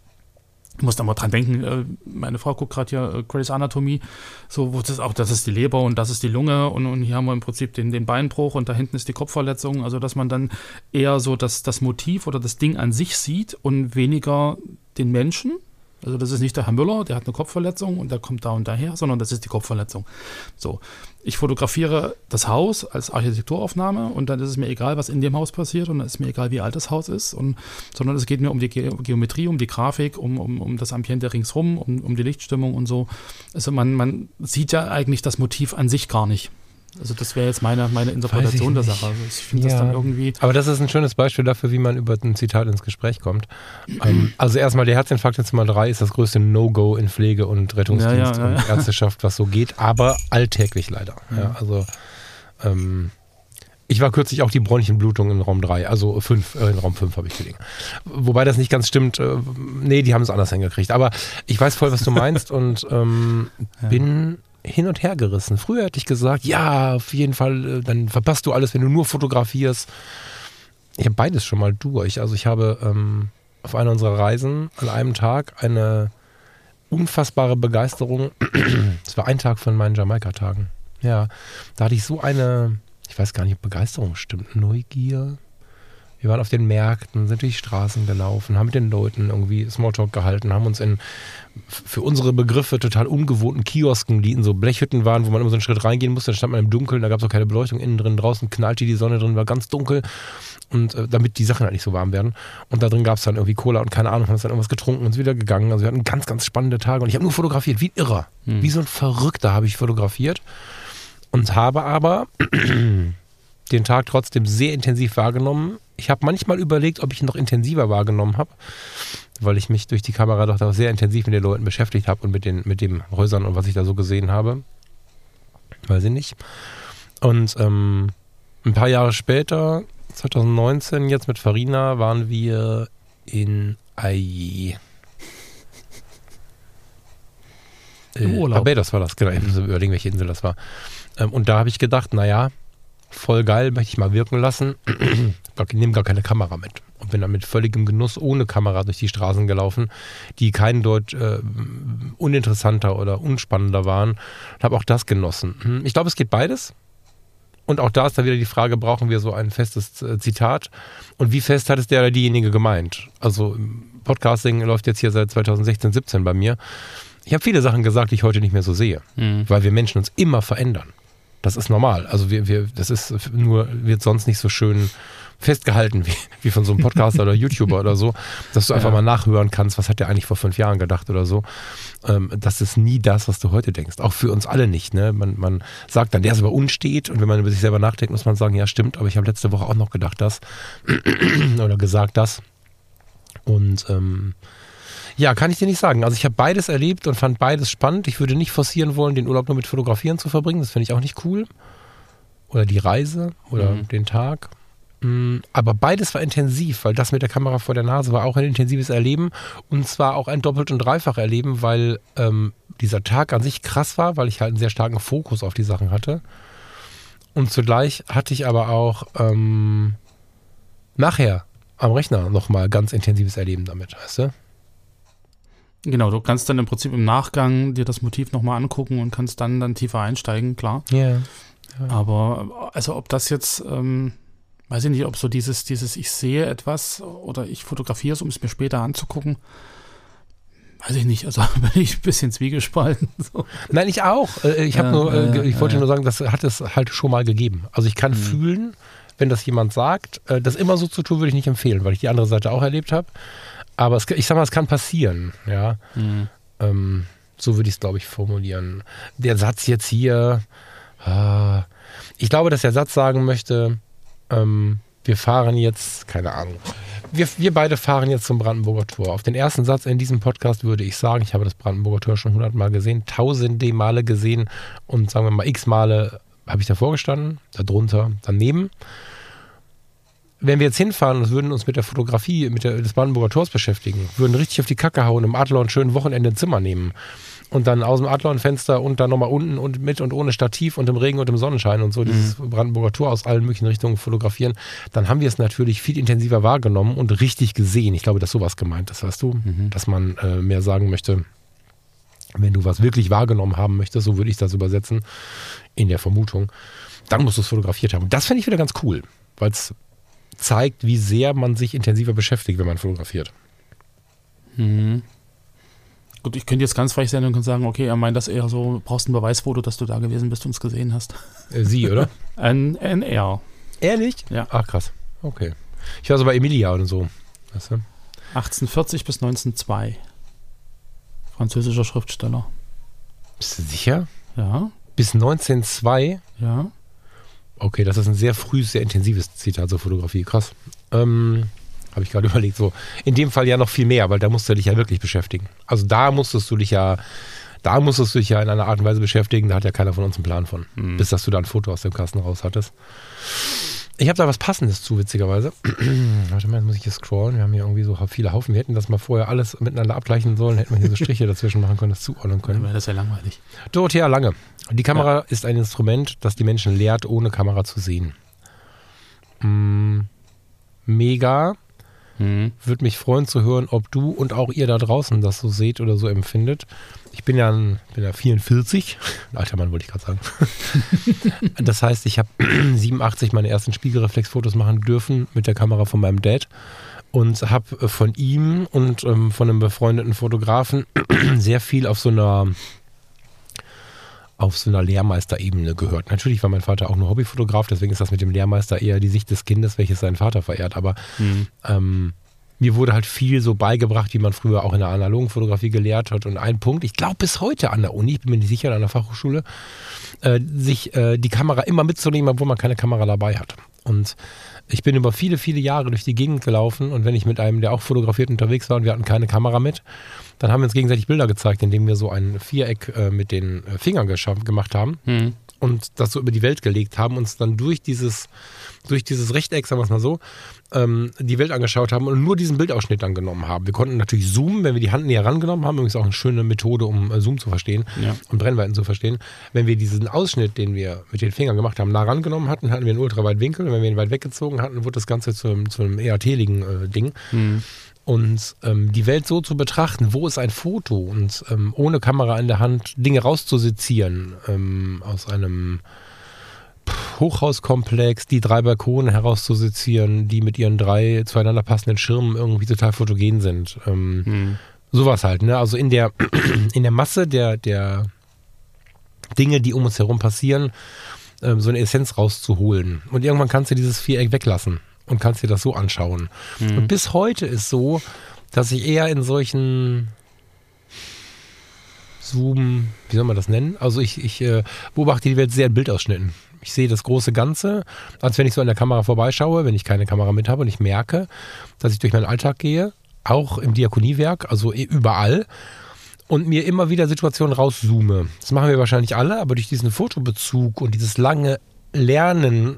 Ich muss da mal dran denken, äh, meine Frau guckt gerade hier äh, Grey's Anatomy, so, wo das auch, das ist die Leber und das ist die Lunge und, und hier haben wir im Prinzip den, den Beinbruch und da hinten ist die Kopfverletzung, also dass man dann eher so das, das Motiv oder das Ding an sich sieht und weniger den Menschen. Also das ist nicht der Herr Müller, der hat eine Kopfverletzung und der kommt da und daher, sondern das ist die Kopfverletzung. So, ich fotografiere das Haus als Architekturaufnahme und dann ist es mir egal, was in dem Haus passiert und dann ist mir egal, wie alt das Haus ist, und, sondern es geht mir um die Ge- Geometrie, um die Grafik, um, um, um das Ambiente ringsrum, um, um die Lichtstimmung und so. Also man, man sieht ja eigentlich das Motiv an sich gar nicht. Also das wäre jetzt meine, meine Interpretation der Sache. Also ich finde ja, das dann irgendwie... Aber das ist ein schönes Beispiel dafür, wie man über ein Zitat ins Gespräch kommt. ähm, also erstmal, der Herzinfarkt jetzt mal drei ist das größte No-Go in Pflege und Rettungsdienst ja, ja, ja. und Ärzteschaft, was so geht, aber alltäglich leider. Ja. Ja, also ähm, ich war kürzlich auch die Bronchienblutung in Raum drei, also fünf, äh, in Raum fünf habe ich gelegen. Wobei das nicht ganz stimmt. Äh, nee, die haben es anders hingekriegt. Aber ich weiß voll, was du meinst und ähm, ja. bin... hin und her gerissen. Früher hätte ich gesagt, ja, auf jeden Fall, dann verpasst du alles, wenn du nur fotografierst. Ich habe beides schon mal durch. Also ich habe ähm, auf einer unserer Reisen an einem Tag eine unfassbare Begeisterung. Es war ein Tag von meinen Jamaika-Tagen. Ja, da hatte ich so eine, ich weiß gar nicht, ob Begeisterung stimmt, Neugier. Wir waren auf den Märkten, sind durch die Straßen gelaufen, haben mit den Leuten irgendwie Smalltalk gehalten, haben uns in für unsere Begriffe total ungewohnten Kiosken, die in so Blechhütten waren, wo man immer so einen Schritt reingehen musste, dann stand man im Dunkeln, da gab es auch keine Beleuchtung innen drin, draußen knallte die Sonne drin, war ganz dunkel, und äh, damit die Sachen halt nicht so warm werden. Und da drin gab es dann irgendwie Cola und keine Ahnung, haben uns dann irgendwas getrunken und sind wieder gegangen. Also wir hatten ganz, ganz spannende Tage und ich habe nur fotografiert, wie ein Irrer. Hm. Wie so ein Verrückter habe ich fotografiert und habe aber den Tag trotzdem sehr intensiv wahrgenommen. Ich habe manchmal überlegt, ob ich ihn noch intensiver wahrgenommen habe, weil ich mich durch die Kamera doch sehr intensiv mit den Leuten beschäftigt habe und mit den, mit den Häusern und was ich da so gesehen habe. Weiß ich nicht. Und ähm, ein paar Jahre später, zwanzig neunzehn, jetzt mit Farina, waren wir in Aichi. Im äh, Urlaub. Barbados war das, genau. Ich muss überlegen, welche Insel das war. Ähm, und da habe ich gedacht, naja, voll geil, möchte ich mal wirken lassen. Ich nehme gar keine Kamera mit. Und bin dann mit völligem Genuss ohne Kamera durch die Straßen gelaufen, die kein Deut äh, uninteressanter oder unspannender waren. Und habe auch das genossen. Ich glaube, es geht beides. Und auch da ist dann wieder die Frage, brauchen wir so ein festes äh, Zitat? Und wie fest hat es der oder diejenige gemeint? Also Podcasting läuft jetzt hier seit zwanzig sechzehn, siebzehn bei mir. Ich habe viele Sachen gesagt, die ich heute nicht mehr so sehe. Mhm. Weil wir Menschen uns immer verändern. Das ist normal. Also wir, wir, das ist nur, wird sonst nicht so schön festgehalten, wie, wie von so einem Podcaster oder YouTuber oder so, dass du einfach ja. mal nachhören kannst, was hat der eigentlich vor fünf Jahren gedacht oder so. Ähm, das ist nie das, was du heute denkst. Auch für uns alle nicht. Ne? Man, man sagt dann, der ist über uns steht und wenn man über sich selber nachdenkt, muss man sagen, ja stimmt, aber ich habe letzte Woche auch noch gedacht das oder gesagt das. Und ähm, ja, kann ich dir nicht sagen. Also ich habe beides erlebt und fand beides spannend. Ich würde nicht forcieren wollen, den Urlaub nur mit Fotografieren zu verbringen. Das finde ich auch nicht cool. Oder die Reise oder mhm. den Tag. Aber beides war intensiv, weil das mit der Kamera vor der Nase war auch ein intensives Erleben und zwar auch ein doppelt und dreifach Erleben, weil ähm, dieser Tag an sich krass war, weil ich halt einen sehr starken Fokus auf die Sachen hatte. Und zugleich hatte ich aber auch ähm, nachher am Rechner nochmal ganz intensives Erleben damit, weißt du? Genau, du kannst dann im Prinzip im Nachgang dir das Motiv nochmal angucken und kannst dann, dann tiefer einsteigen, klar. Yeah. Ja. Aber also ob das jetzt... Ähm weiß ich nicht, ob so dieses, dieses ich sehe etwas oder ich fotografiere es, um es mir später anzugucken, weiß ich nicht, also bin ich ein bisschen zwiegespalten. So. Nein, ich auch. Ich, hab äh, nur, äh, ich wollte äh, nur sagen, das hat es halt schon mal gegeben. Also ich kann mhm. fühlen, wenn das jemand sagt, das immer so zu tun, würde ich nicht empfehlen, weil ich die andere Seite auch erlebt habe. Aber es, ich sag mal, es kann passieren. Ja. Mhm. Ähm, so würde ich es, glaube ich, formulieren. Der Satz jetzt hier, äh, ich glaube, dass der Satz sagen möchte, Ähm, wir fahren jetzt, keine Ahnung, wir, wir beide fahren jetzt zum Brandenburger Tor. Auf den ersten Satz in diesem Podcast würde ich sagen, ich habe das Brandenburger Tor schon hundertmal gesehen, tausende Male gesehen und sagen wir mal x Male habe ich davor gestanden, darunter, daneben. Wenn wir jetzt hinfahren und würden uns mit der Fotografie mit der, des Brandenburger Tors beschäftigen, würden richtig auf die Kacke hauen, im Adler ein schönes Wochenende ein Zimmer nehmen und dann aus dem Adlon-Fenster und dann nochmal unten und mit und ohne Stativ und im Regen und im Sonnenschein und so mhm. dieses Brandenburger Tor aus allen möglichen Richtungen fotografieren, dann haben wir es natürlich viel intensiver wahrgenommen und richtig gesehen. Ich glaube, dass sowas gemeint ist, weißt du? Mhm. Dass man äh, mehr sagen möchte, wenn du was wirklich wahrgenommen haben möchtest, so würde ich das übersetzen, in der Vermutung, dann musst du es fotografiert haben. Und das finde ich wieder ganz cool, weil es zeigt, wie sehr man sich intensiver beschäftigt, wenn man fotografiert. Mhm. Gut, ich könnte jetzt ganz frech sein und sagen, okay, er meint das eher so, brauchst ein Beweisfoto, dass du da gewesen bist und es gesehen hast. Äh, sie, oder? Ein, ein er. Ehrlich? Ja. Ach, krass. Okay. Ich war so bei Emilia und so. Weißt du? achtzehnhundertvierzig bis neunzehnhundertzwei. Französischer Schriftsteller. Bist du sicher? Ja. Bis neunzehnhundertzwei? Ja. Okay, das ist ein sehr frühes, sehr intensives Zitat zur Fotografie. Krass. Ähm... Habe ich gerade überlegt, so. In dem Fall ja noch viel mehr, weil da musst du dich ja wirklich beschäftigen. Also da musstest du dich ja, da musstest du dich ja in einer Art und Weise beschäftigen, da hat ja keiner von uns einen Plan von. Mhm. Bis dass du da ein Foto aus dem Kasten raus hattest. Ich habe da was Passendes zu, witzigerweise. Warte mal, jetzt muss ich hier scrollen. Wir haben hier irgendwie so viele Haufen. Wir hätten das mal vorher alles miteinander abgleichen sollen, hätten wir hier so Striche dazwischen machen können, das zuordnen können. Dann wäre das ja langweilig. Dorothea Lange. Die Kamera ja. ist ein Instrument, das die Menschen lehrt, ohne Kamera zu sehen. Mm, mega. Mhm. Würde mich freuen zu hören, ob du und auch ihr da draußen das so seht oder so empfindet. Ich bin ja, ein, bin ja vierundvierzig, ein alter Mann wollte ich gerade sagen. Das heißt, ich habe siebenundachtzig meine ersten Spiegelreflexfotos machen dürfen mit der Kamera von meinem Dad und habe von ihm und ähm, von einem befreundeten Fotografen sehr viel auf so einer auf so einer Lehrmeisterebene gehört. Natürlich war mein Vater auch nur Hobbyfotograf, deswegen ist das mit dem Lehrmeister eher die Sicht des Kindes, welches seinen Vater verehrt. Aber mhm. ähm, mir wurde halt viel so beigebracht, wie man früher auch in der analogen Fotografie gelehrt hat. Und ein Punkt, ich glaube bis heute an der Uni, ich bin mir nicht sicher, an der Fachhochschule, äh, sich äh, die Kamera immer mitzunehmen, obwohl man keine Kamera dabei hat. Und ich bin über viele, viele Jahre durch die Gegend gelaufen und wenn ich mit einem, der auch fotografiert unterwegs war und wir hatten keine Kamera mit, dann haben wir uns gegenseitig Bilder gezeigt, indem wir so ein Viereck äh, mit den Fingern geschaffen, gemacht haben mhm. und das so über die Welt gelegt haben, uns dann durch dieses, durch dieses Rechteck, sagen wir es mal so, ähm, die Welt angeschaut haben und nur diesen Bildausschnitt dann genommen haben. Wir konnten natürlich zoomen, wenn wir die Hand näher rangenommen haben, übrigens auch eine schöne Methode, um äh, Zoom zu verstehen ja. und Brennweiten zu verstehen. Wenn wir diesen Ausschnitt, den wir mit den Fingern gemacht haben, nah rangenommen hatten, hatten wir einen Ultraweitwinkel und wenn wir ihn weit weggezogen hatten, wurde das Ganze zu, zu einem eher teligen äh, Ding. Mhm. Und ähm, die Welt so zu betrachten, wo ist ein Foto und ähm, ohne Kamera in der Hand Dinge rauszusezieren ähm, aus einem Hochhauskomplex, die drei Balkone herauszusezieren, die mit ihren drei zueinander passenden Schirmen irgendwie total fotogen sind. Ähm, mhm. Sowas halt, ne? Also in der, in der Masse der, der Dinge, die um uns herum passieren, ähm, so eine Essenz rauszuholen. Und irgendwann kannst du dieses Viereck weglassen und kannst dir das so anschauen. Mhm. Und bis heute ist so, dass ich eher in solchen Zoom, wie soll man das nennen? Also ich, ich äh, beobachte die Welt sehr in Bildausschnitten. Ich sehe das große Ganze, als wenn ich so an der Kamera vorbeischaue, wenn ich keine Kamera mit habe und ich merke, dass ich durch meinen Alltag gehe, auch im Diakoniewerk, also überall, und mir immer wieder Situationen rauszoome. Das machen wir wahrscheinlich alle, aber durch diesen Fotobezug und dieses lange Lernen,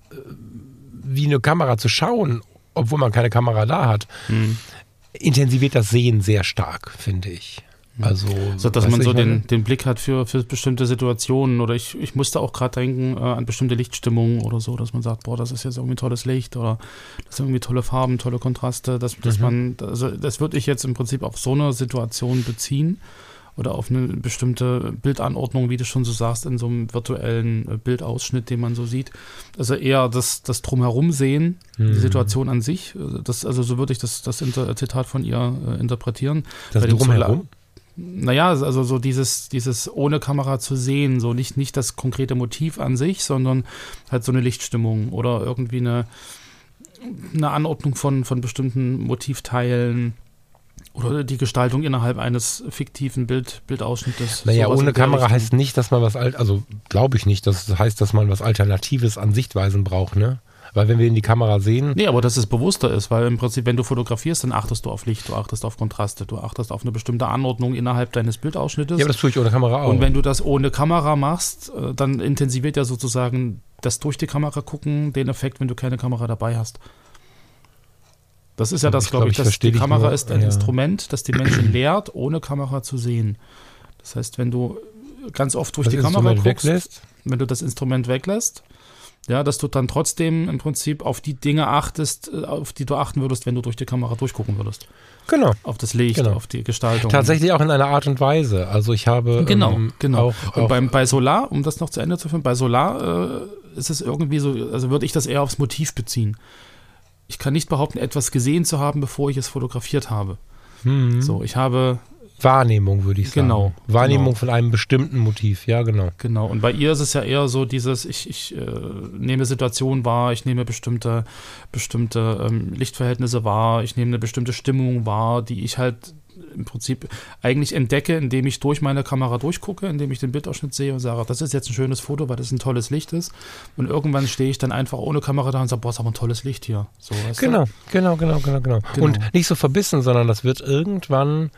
wie eine Kamera zu schauen, obwohl man keine Kamera da hat, mhm. intensiviert das Sehen sehr stark, finde ich. Also, so, dass man so den, den Blick hat für, für bestimmte Situationen, oder ich, ich musste auch gerade denken äh, an bestimmte Lichtstimmungen oder so, dass man sagt, boah, das ist jetzt irgendwie tolles Licht oder das sind irgendwie tolle Farben, tolle Kontraste, dass, dass mhm. man, also das würde ich jetzt im Prinzip auf so eine Situation beziehen oder auf eine bestimmte Bildanordnung, wie du schon so sagst, in so einem virtuellen Bildausschnitt, den man so sieht. Also eher das, das Drumherum sehen, mhm. die Situation an sich, das, also so würde ich das, das Inter- Zitat von ihr äh, interpretieren. Das Drumherum? Naja, also so dieses, dieses ohne Kamera zu sehen, so nicht, nicht das konkrete Motiv an sich, sondern halt so eine Lichtstimmung oder irgendwie eine, eine Anordnung von, von bestimmten Motivteilen oder die Gestaltung innerhalb eines fiktiven Bild, Bildausschnittes. Naja, ohne Kamera heißt nicht, dass man was, also glaube ich nicht, dass das heißt, dass man was Alternatives an Sichtweisen braucht, ne? Weil wenn wir in die Kamera sehen... Nee, aber dass es bewusster ist, weil im Prinzip, wenn du fotografierst, dann achtest du auf Licht, du achtest auf Kontraste, du achtest auf eine bestimmte Anordnung innerhalb deines Bildausschnittes. Ja, aber das tue ich ohne Kamera auch. Und wenn du das ohne Kamera machst, dann intensiviert ja sozusagen das durch die Kamera gucken den Effekt, wenn du keine Kamera dabei hast. Das ist ja das, glaube ich, dass die Kamera ist ein Instrument, das die Menschen lehrt, ohne Kamera zu sehen. Das heißt, wenn du ganz oft durch die Kamera guckst, wenn du das Instrument weglässt, ja, dass du dann trotzdem im Prinzip auf die Dinge achtest, auf die du achten würdest, wenn du durch die Kamera durchgucken würdest. Genau. Auf das Licht, genau. auf die Gestaltung. Tatsächlich auch in einer Art und Weise. Also ich habe genau, ähm, genau. Auch, und auch beim, bei Solar, um das noch zu Ende zu führen, bei Solar äh, ist es irgendwie so, also würde ich das eher aufs Motiv beziehen. Ich kann nicht behaupten, etwas gesehen zu haben, bevor ich es fotografiert habe. Mhm. So, ich habe Wahrnehmung, würde ich sagen. Genau. Wahrnehmung genau. von einem bestimmten Motiv, ja, genau. Genau, und bei ihr ist es ja eher so dieses, ich, ich äh, nehme Situationen wahr, ich nehme bestimmte, bestimmte ähm, Lichtverhältnisse wahr, ich nehme eine bestimmte Stimmung wahr, die ich halt im Prinzip eigentlich entdecke, indem ich durch meine Kamera durchgucke, indem ich den Bildausschnitt sehe und sage, das ist jetzt ein schönes Foto, weil das ein tolles Licht ist. Und irgendwann stehe ich dann einfach ohne Kamera da und sage, boah, ist aber ein tolles Licht hier. So, weißt genau, du? genau, genau, genau, genau, genau. Und nicht so verbissen, sondern das wird irgendwann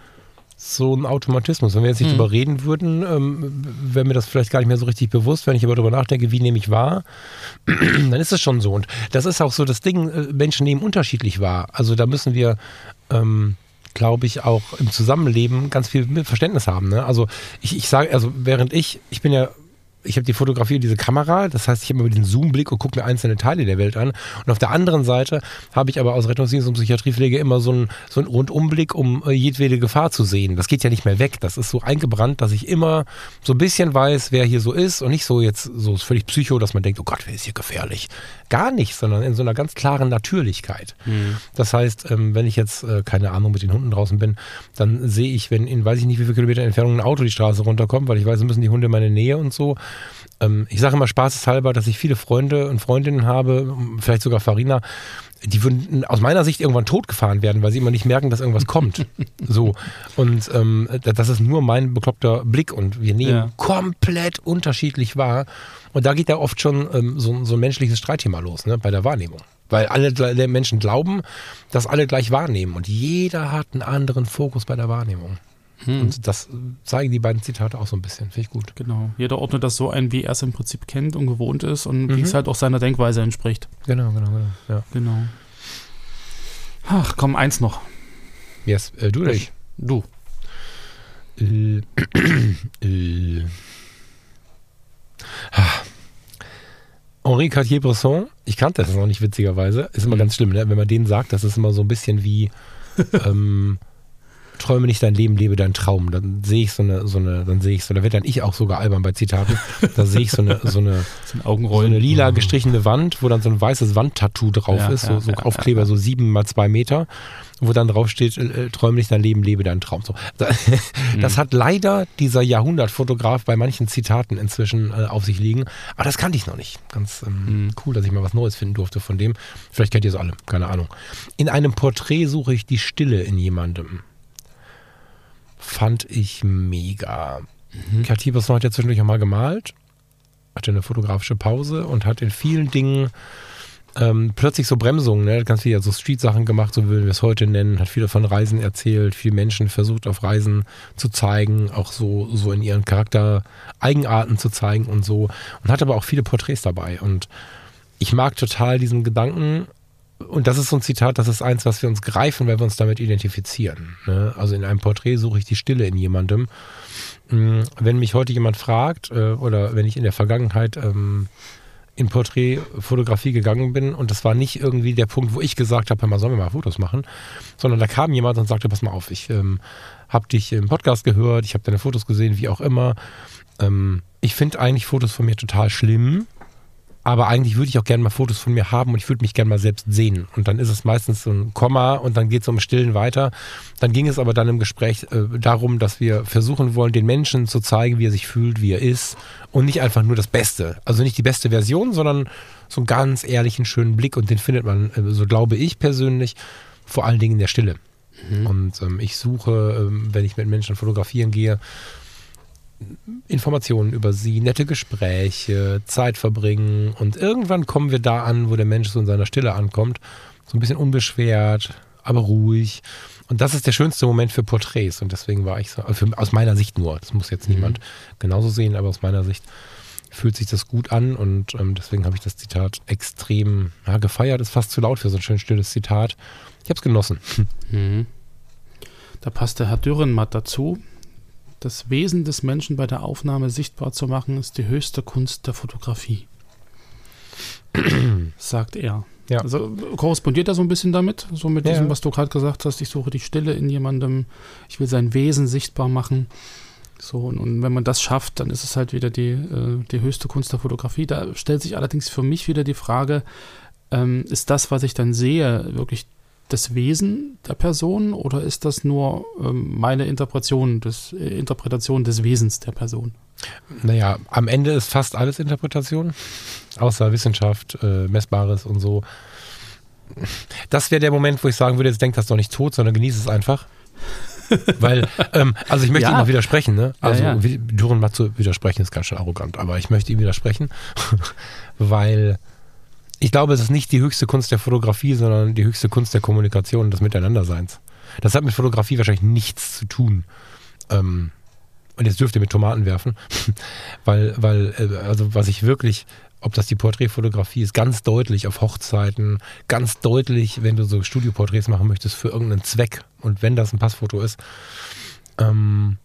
so ein Automatismus. Wenn wir jetzt nicht hm. drüber reden würden, ähm, wäre mir das vielleicht gar nicht mehr so richtig bewusst. Wenn ich aber darüber nachdenke, wie nehme ich wahr, dann ist es schon so. Und das ist auch so das Ding, äh, Menschen nehmen unterschiedlich wahr. Also da müssen wir, ähm, glaube ich, auch im Zusammenleben ganz viel Verständnis haben. Ne? Also ich, ich sage, also während ich, ich bin ja, ich habe die Fotografie, diese Kamera, das heißt, ich habe immer den Zoom-Blick und gucke mir einzelne Teile der Welt an. Und auf der anderen Seite habe ich aber aus Rettungsdienst und Psychiatriepflege immer so einen, so einen Rundumblick, um jedwede Gefahr zu sehen. Das geht ja nicht mehr weg. Das ist so eingebrannt, dass ich immer so ein bisschen weiß, wer hier so ist und nicht so jetzt so völlig psycho, dass man denkt, oh Gott, wer ist hier gefährlich? Gar nicht, sondern in so einer ganz klaren Natürlichkeit. Mhm. Das heißt, wenn ich jetzt, keine Ahnung, mit den Hunden draußen bin, dann sehe ich, wenn in weiß ich nicht wie viele Kilometer Entfernung ein Auto die Straße runterkommt, weil ich weiß, müssen die Hunde in meine Nähe und so. Ich sage immer spaßeshalber, dass ich viele Freunde und Freundinnen habe, vielleicht sogar Farina, die würden aus meiner Sicht irgendwann totgefahren werden, weil sie immer nicht merken, dass irgendwas kommt. So. Und ähm, das ist nur mein bekloppter Blick und wir nehmen ja. komplett unterschiedlich wahr. Und da geht ja oft schon ähm, so, so ein menschliches Streitthema los, ne, bei der Wahrnehmung. Weil alle Menschen glauben, dass alle gleich wahrnehmen und jeder hat einen anderen Fokus bei der Wahrnehmung. Hm. Und das zeigen die beiden Zitate auch so ein bisschen. Finde ich gut. Genau. Jeder ordnet das so ein, wie er es im Prinzip kennt und gewohnt ist und mhm. wie es halt auch seiner Denkweise entspricht. Genau, genau, genau. Ja. Genau. Ach, komm, eins noch. Yes, äh, du oder ich? Du. Äh, äh. Henri Cartier-Bresson, ich kannte das noch nicht witzigerweise, ist immer mhm. ganz schlimm, ne? Wenn man den sagt, das ist immer so ein bisschen wie ähm, träume nicht dein Leben, lebe deinen Traum. Dann sehe ich so eine, so eine, dann sehe ich so, da wird dann ich auch sogar albern bei Zitaten, da sehe ich so eine, so eine, so eine lila gestrichene Wand, wo dann so ein weißes Wandtattoo drauf ja, ist, so, ja, so ja, Aufkleber, ja, ja. so sieben mal zwei Meter, wo dann drauf steht, äh, träume nicht dein Leben, lebe deinen Traum. So. Das mhm. hat leider dieser Jahrhundertfotograf bei manchen Zitaten inzwischen äh, auf sich liegen, aber das kannte ich noch nicht. Ganz ähm, mhm. cool, dass ich mal was Neues finden durfte von dem. Vielleicht kennt ihr es alle, keine Ahnung. In einem Porträt suche ich die Stille in jemandem. Fand ich mega. Mhm. Kat Hiebersson hat ja zwischendurch auch mal gemalt, hatte eine fotografische Pause und hat in vielen Dingen ähm, plötzlich so Bremsungen, ne? Ganz viele so Street-Sachen gemacht, so würden wir es heute nennen, hat viele von Reisen erzählt, viele Menschen versucht auf Reisen zu zeigen, auch so, so in ihren Charakter Eigenarten zu zeigen und so, und hat aber auch viele Porträts dabei, und ich mag total diesen Gedanken, und das ist so ein Zitat, das ist eins, was wir uns greifen, weil wir uns damit identifizieren, ne? Also in einem Porträt suche ich die Stille in jemandem. Wenn mich heute jemand fragt, äh, oder wenn ich in der Vergangenheit ähm, in Porträtfotografie gegangen bin, und das war nicht irgendwie der Punkt, wo ich gesagt habe, mal, sollen wir mal Fotos machen, sondern da kam jemand und sagte, pass mal auf, ich ähm, habe dich im Podcast gehört, ich habe deine Fotos gesehen, wie auch immer. Ähm, ich finde eigentlich Fotos von mir total schlimm, aber eigentlich würde ich auch gerne mal Fotos von mir haben und ich würde mich gerne mal selbst sehen. Und dann ist es meistens so ein Komma und dann geht es um Stillen weiter. Dann ging es aber dann im Gespräch äh, darum, dass wir versuchen wollen, den Menschen zu zeigen, wie er sich fühlt, wie er ist, und nicht einfach nur das Beste. Also nicht die beste Version, sondern so einen ganz ehrlichen, schönen Blick, und den findet man, äh, so glaube ich persönlich, vor allen Dingen in der Stille. Mhm. Und ähm, ich suche, ähm, wenn ich mit Menschen fotografieren gehe, Informationen über sie, nette Gespräche, Zeit verbringen, und irgendwann kommen wir da an, wo der Mensch so in seiner Stille ankommt, so ein bisschen unbeschwert, aber ruhig, und das ist der schönste Moment für Porträts, und deswegen war ich so, für, aus meiner Sicht nur, das muss jetzt niemand mhm. genauso sehen, aber aus meiner Sicht fühlt sich das gut an, und ähm, deswegen habe ich das Zitat extrem ja, gefeiert, ist fast zu laut für so ein schön stilles Zitat. Ich habe es genossen. Mhm. Da passt der Herr Dürrenmatt dazu. Das Wesen des Menschen bei der Aufnahme sichtbar zu machen, ist die höchste Kunst der Fotografie. Sagt er. Ja. Also korrespondiert er so ein bisschen damit, so mit ja. diesem, was du gerade gesagt hast, ich suche die Stille in jemandem, ich will sein Wesen sichtbar machen. So, und, und wenn man das schafft, dann ist es halt wieder die, äh, die höchste Kunst der Fotografie. Da stellt sich allerdings für mich wieder die Frage, ähm, ist das, was ich dann sehe, wirklich das Wesen der Person, oder ist das nur ähm, meine Interpretation des, äh, Interpretation des Wesens der Person? Naja, am Ende ist fast alles Interpretation, außer Wissenschaft, äh, Messbares und so. Das wäre der Moment, wo ich sagen würde, jetzt denk das doch nicht tot, sondern genieße es einfach. Weil, ähm, also ich möchte ja. ihm noch widersprechen, ne? Also ja, ja. Dürrenmatt zu widersprechen ist ganz schön arrogant, aber ich möchte ihm widersprechen, weil ich glaube, es ist nicht die höchste Kunst der Fotografie, sondern die höchste Kunst der Kommunikation und des Miteinanderseins. Das hat mit Fotografie wahrscheinlich nichts zu tun. Ähm, und jetzt dürft ihr mit Tomaten werfen, weil, weil, also was ich wirklich, ob das die Porträtfotografie ist, ganz deutlich auf Hochzeiten, ganz deutlich, wenn du so Studioporträts machen möchtest für irgendeinen Zweck, und wenn das ein Passfoto ist, ähm,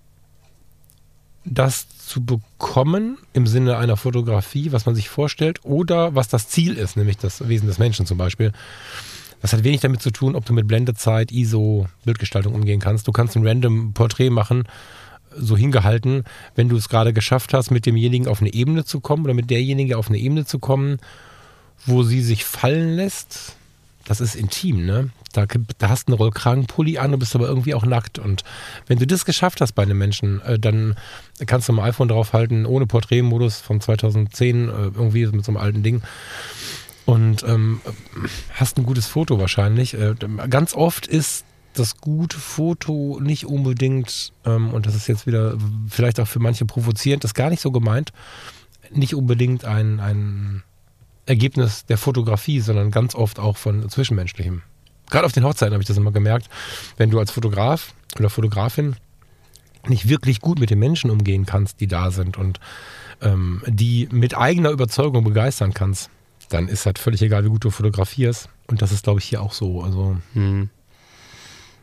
das zu bekommen im Sinne einer Fotografie, was man sich vorstellt, oder was das Ziel ist, nämlich das Wesen des Menschen zum Beispiel. Das hat wenig damit zu tun, ob du mit Blendezeit, I S O, Bildgestaltung umgehen kannst. Du kannst ein random Porträt machen, so hingehalten, wenn du es gerade geschafft hast, mit demjenigen auf eine Ebene zu kommen oder mit derjenigen auf eine Ebene zu kommen, wo sie sich fallen lässt. Das ist intim, ne? Da, da hast du einen Rollkragenpulli an, du bist aber irgendwie auch nackt. Und wenn du das geschafft hast bei einem Menschen, äh, dann kannst du mal iPhone draufhalten, ohne Porträtmodus von zweitausendzehn, äh, irgendwie mit so einem alten Ding. Und ähm, hast ein gutes Foto wahrscheinlich. Äh, ganz oft ist das gute Foto nicht unbedingt, ähm, und das ist jetzt wieder vielleicht auch für manche provozierend, das ist gar nicht so gemeint, nicht unbedingt ein, ein Ergebnis der Fotografie, sondern ganz oft auch von Zwischenmenschlichem. Gerade auf den Hochzeiten habe ich das immer gemerkt, wenn du als Fotograf oder Fotografin nicht wirklich gut mit den Menschen umgehen kannst, die da sind, und ähm, die mit eigener Überzeugung begeistern kannst, dann ist halt völlig egal, wie gut du fotografierst. Und das ist, glaube ich, hier auch so. Also, hm.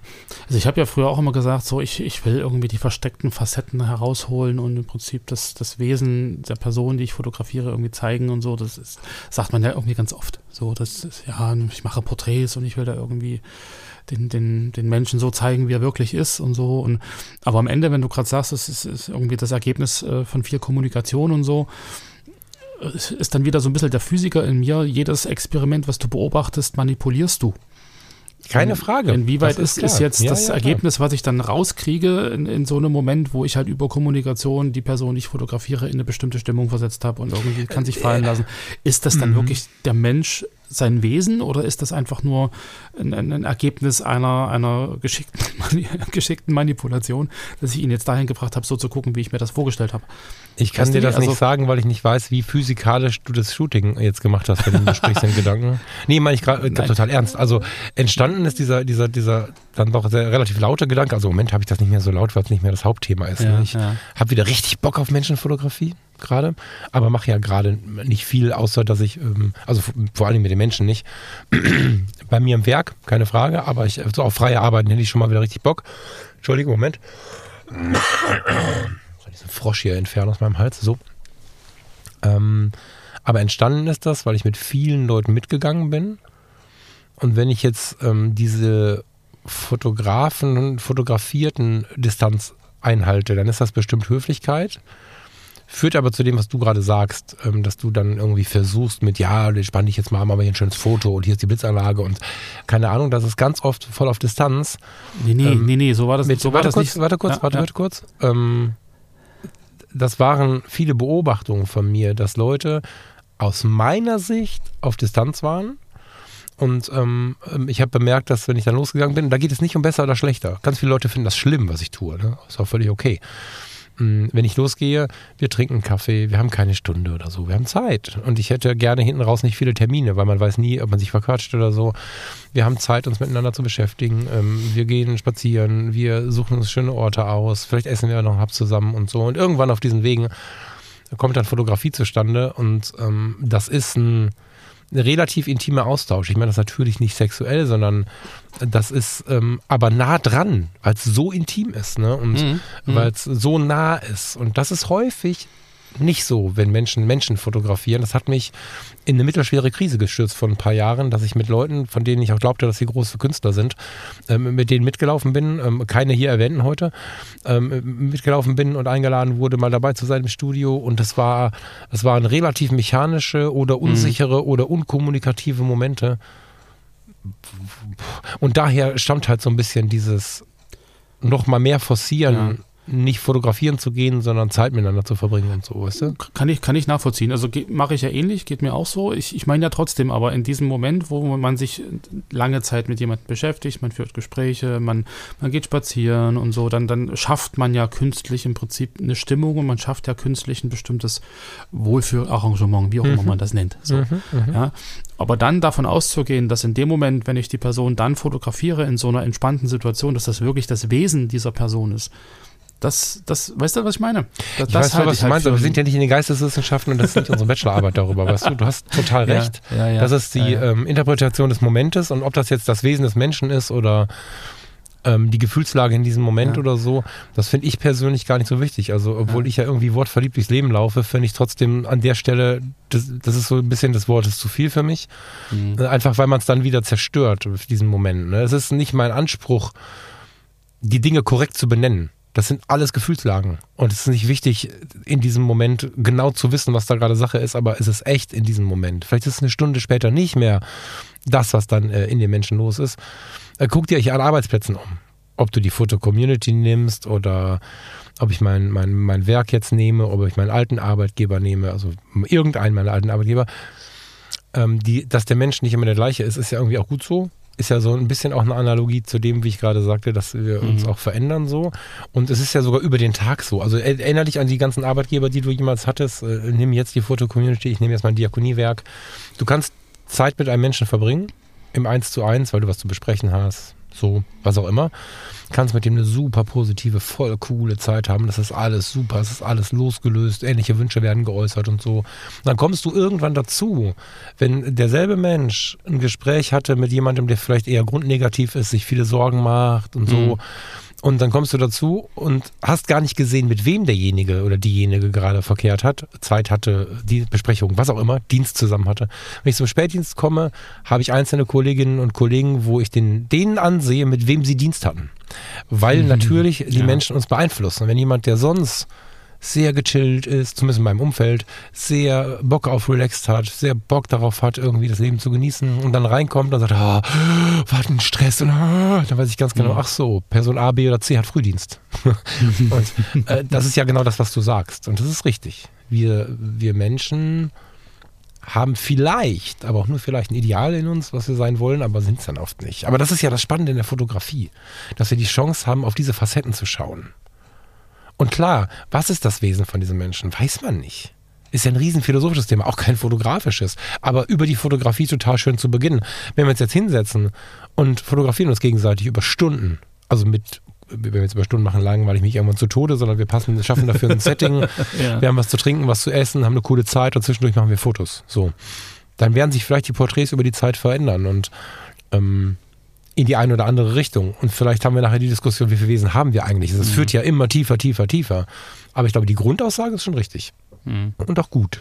Also ich habe ja früher auch immer gesagt, so ich, ich will irgendwie die versteckten Facetten herausholen und im Prinzip das, das Wesen der Person, die ich fotografiere, irgendwie zeigen und so. Das ist, sagt man ja irgendwie ganz oft. So, das ist, ja, ich mache Porträts und ich will da irgendwie den, den, den Menschen so zeigen, wie er wirklich ist und so. Und, aber am Ende, wenn du gerade sagst, es ist, ist irgendwie das Ergebnis äh, von viel Kommunikation und so, ist dann wieder so ein bisschen der Physiker in mir. Jedes Experiment, was du beobachtest, manipulierst du. Keine Frage. Inwieweit ist, ist jetzt ja, das ja, Ergebnis, was ich dann rauskriege in, in so einem Moment, wo ich halt über Kommunikation die Person, die ich fotografiere, in eine bestimmte Stimmung versetzt habe und irgendwie kann sich fallen lassen. Ist das dann mhm. wirklich der Mensch, sein Wesen, oder ist das einfach nur ein, ein Ergebnis einer, einer geschickten, geschickten Manipulation, dass ich ihn jetzt dahin gebracht habe, so zu gucken, wie ich mir das vorgestellt habe? Ich kann weißt dir das also nicht sagen, weil ich nicht weiß, wie physikalisch du das Shooting jetzt gemacht hast, wenn du sprichst in Gedanken. Nee, meine ich gerade total ernst. Also entstanden ist dieser, dieser, dieser dann doch sehr relativ laute Gedanke. Also im Moment habe ich das nicht mehr so laut, weil es nicht mehr das Hauptthema ist. Ja, ich ja. habe wieder richtig Bock auf Menschenfotografie gerade, aber mache ja gerade nicht viel, außer dass ich, also vor allem mit den Menschen nicht, bei mir im Werk, keine Frage, aber ich so auf freie Arbeiten hätte ich schon mal wieder richtig Bock. Entschuldigung, Moment. Diesen Frosch hier entfernen aus meinem Hals, so. Ähm, aber entstanden ist das, weil ich mit vielen Leuten mitgegangen bin. Und wenn ich jetzt ähm, diese Fotografen, fotografierten Distanz einhalte, dann ist das bestimmt Höflichkeit. Führt aber zu dem, was du gerade sagst, ähm, dass du dann irgendwie versuchst mit, ja, spann dich jetzt mal, machen wir hier ein schönes Foto und hier ist die Blitzanlage und keine Ahnung, das ist ganz oft voll auf Distanz. Nee, nee, ähm, nee, nee, so war das, mit, so warte, war das kurz, nicht. Warte kurz, ja, warte, ja. warte kurz. Ähm, das waren viele Beobachtungen von mir, dass Leute aus meiner Sicht auf Distanz waren. Und ähm, ich habe bemerkt, dass wenn ich dann losgegangen bin, da geht es nicht um besser oder schlechter. Ganz viele Leute finden das schlimm, was ich tue. Ne? Ist auch völlig okay. Wenn ich losgehe, wir trinken Kaffee, wir haben keine Stunde oder so, wir haben Zeit. Und ich hätte gerne hinten raus nicht viele Termine, weil man weiß nie, ob man sich verquatscht oder so. Wir haben Zeit, uns miteinander zu beschäftigen. Wir gehen spazieren, wir suchen uns schöne Orte aus, vielleicht essen wir noch einen Hub zusammen und so. Und irgendwann auf diesen Wegen kommt dann Fotografie zustande und ähm, das ist ein relativ intimer Austausch. Ich meine das natürlich nicht sexuell, sondern das ist ähm, aber nah dran, weil es so intim ist, ne? Und mhm. weil es so nah ist. Und das ist häufig nicht so, wenn Menschen Menschen fotografieren. Das hat mich in eine mittelschwere Krise gestürzt vor ein paar Jahren, dass ich mit Leuten, von denen ich auch glaubte, dass sie große Künstler sind, ähm, mit denen mitgelaufen bin, ähm, keine hier erwähnten heute, ähm, mitgelaufen bin und eingeladen wurde, mal dabei zu sein im Studio. Und das war, das waren relativ mechanische oder unsichere mhm. oder unkommunikative Momente. Und daher stammt halt so ein bisschen dieses noch mal mehr forcieren, ja. nicht fotografieren zu gehen, sondern Zeit miteinander zu verbringen und so, weißt du? Kann ich, kann ich nachvollziehen. Also mache ich ja ähnlich, geht mir auch so. Ich, ich meine ja trotzdem, aber in diesem Moment, wo man sich lange Zeit mit jemandem beschäftigt, man führt Gespräche, man, man geht spazieren und so, dann, dann schafft man ja künstlich im Prinzip eine Stimmung und man schafft ja künstlich ein bestimmtes Wohlfühlarrangement, wie auch immer mhm. man das nennt. So, mhm, ja. Aber dann davon auszugehen, dass in dem Moment, wenn ich die Person dann fotografiere in so einer entspannten Situation, dass das wirklich das Wesen dieser Person ist, Das, das, weißt du, was ich meine? Das, ich das weiß halt was du halt meinst, aber wir sind ja nicht in den Geisteswissenschaften und das ist nicht unsere Bachelorarbeit darüber, weißt du? Du hast total recht. Ja, ja, ja, das ist die ja, ja. Ähm, Interpretation des Momentes und ob das jetzt das Wesen des Menschen ist oder ähm, die Gefühlslage in diesem Moment ja. oder so, das finde ich persönlich gar nicht so wichtig. Also, obwohl ja. ich ja irgendwie wortverliebt durchs Leben laufe, finde ich trotzdem an der Stelle, das, das ist so ein bisschen, das Wort ist zu viel für mich. Mhm. Einfach, weil man es dann wieder zerstört, diesen Moment. Ne? Es ist nicht mein Anspruch, die Dinge korrekt zu benennen. Das sind alles Gefühlslagen. Und es ist nicht wichtig, in diesem Moment genau zu wissen, was da gerade Sache ist, aber es ist echt in diesem Moment. Vielleicht ist es eine Stunde später nicht mehr das, was dann äh, in den Menschen los ist. Äh, guck dir euch an Arbeitsplätzen um. Ob du die Foto-Community nimmst oder ob ich mein, mein, mein Werk jetzt nehme, ob ich meinen alten Arbeitgeber nehme, also irgendeinen meiner alten Arbeitgeber. Ähm, die, dass der Mensch nicht immer der gleiche ist, ist ja irgendwie auch gut so. Ist ja so ein bisschen auch eine Analogie zu dem, wie ich gerade sagte, dass wir uns mhm. auch verändern so. Und es ist ja sogar über den Tag so. Also erinnere dich an die ganzen Arbeitgeber, die du jemals hattest. Äh, nimm jetzt die Foto-Community, ich nehme jetzt mein Diakoniewerk. Du kannst Zeit mit einem Menschen verbringen, im Eins zu Eins, weil du was zu besprechen hast. so, was auch immer. Kannst mit dem eine super positive, voll coole Zeit haben. Das ist alles super, es ist alles losgelöst, ähnliche Wünsche werden geäußert und so. Und dann kommst du irgendwann dazu, wenn derselbe Mensch ein Gespräch hatte mit jemandem, der vielleicht eher grundnegativ ist, sich viele Sorgen macht und so. Mhm. Und dann kommst du dazu und hast gar nicht gesehen, mit wem derjenige oder diejenige gerade verkehrt hat, Zeit hatte, die Besprechung, was auch immer, Dienst zusammen hatte. Wenn ich zum Spätdienst komme, habe ich einzelne Kolleginnen und Kollegen, wo ich den, denen ansehe, mit wem sie Dienst hatten. Weil mhm. natürlich die ja. Menschen uns beeinflussen. Wenn jemand, der sonst sehr gechillt ist, zumindest in meinem Umfeld, sehr Bock auf relaxed hat, sehr Bock darauf hat, irgendwie das Leben zu genießen und dann reinkommt und sagt, ah, was ein Stress und ah, dann weiß ich ganz genau, ach so, Person A, B oder C hat Frühdienst. Und äh, das ist ja genau das, was du sagst und das ist richtig. Wir, wir Menschen haben vielleicht, aber auch nur vielleicht ein Ideal in uns, was wir sein wollen, aber sind es dann oft nicht. Aber das ist ja das Spannende in der Fotografie, dass wir die Chance haben, auf diese Facetten zu schauen. Und klar, was ist das Wesen von diesen Menschen? Weiß man nicht. Ist ja ein riesen philosophisches Thema, auch kein fotografisches. Aber über die Fotografie total schön zu beginnen. Wenn wir uns jetzt hinsetzen und fotografieren uns gegenseitig über Stunden, also mit, wenn wir jetzt über Stunden machen, langweilig mich irgendwann zu Tode, sondern wir passen, schaffen dafür ein Setting, ja. Wir haben was zu trinken, was zu essen, haben eine coole Zeit und zwischendurch machen wir Fotos. So. Dann werden sich vielleicht die Porträts über die Zeit verändern und ähm, in die eine oder andere Richtung. Und vielleicht haben wir nachher die Diskussion, wie viele Wesen haben wir eigentlich? Es mhm. führt ja immer tiefer, tiefer, tiefer. Aber ich glaube, die Grundaussage ist schon richtig. Mhm. Und auch gut.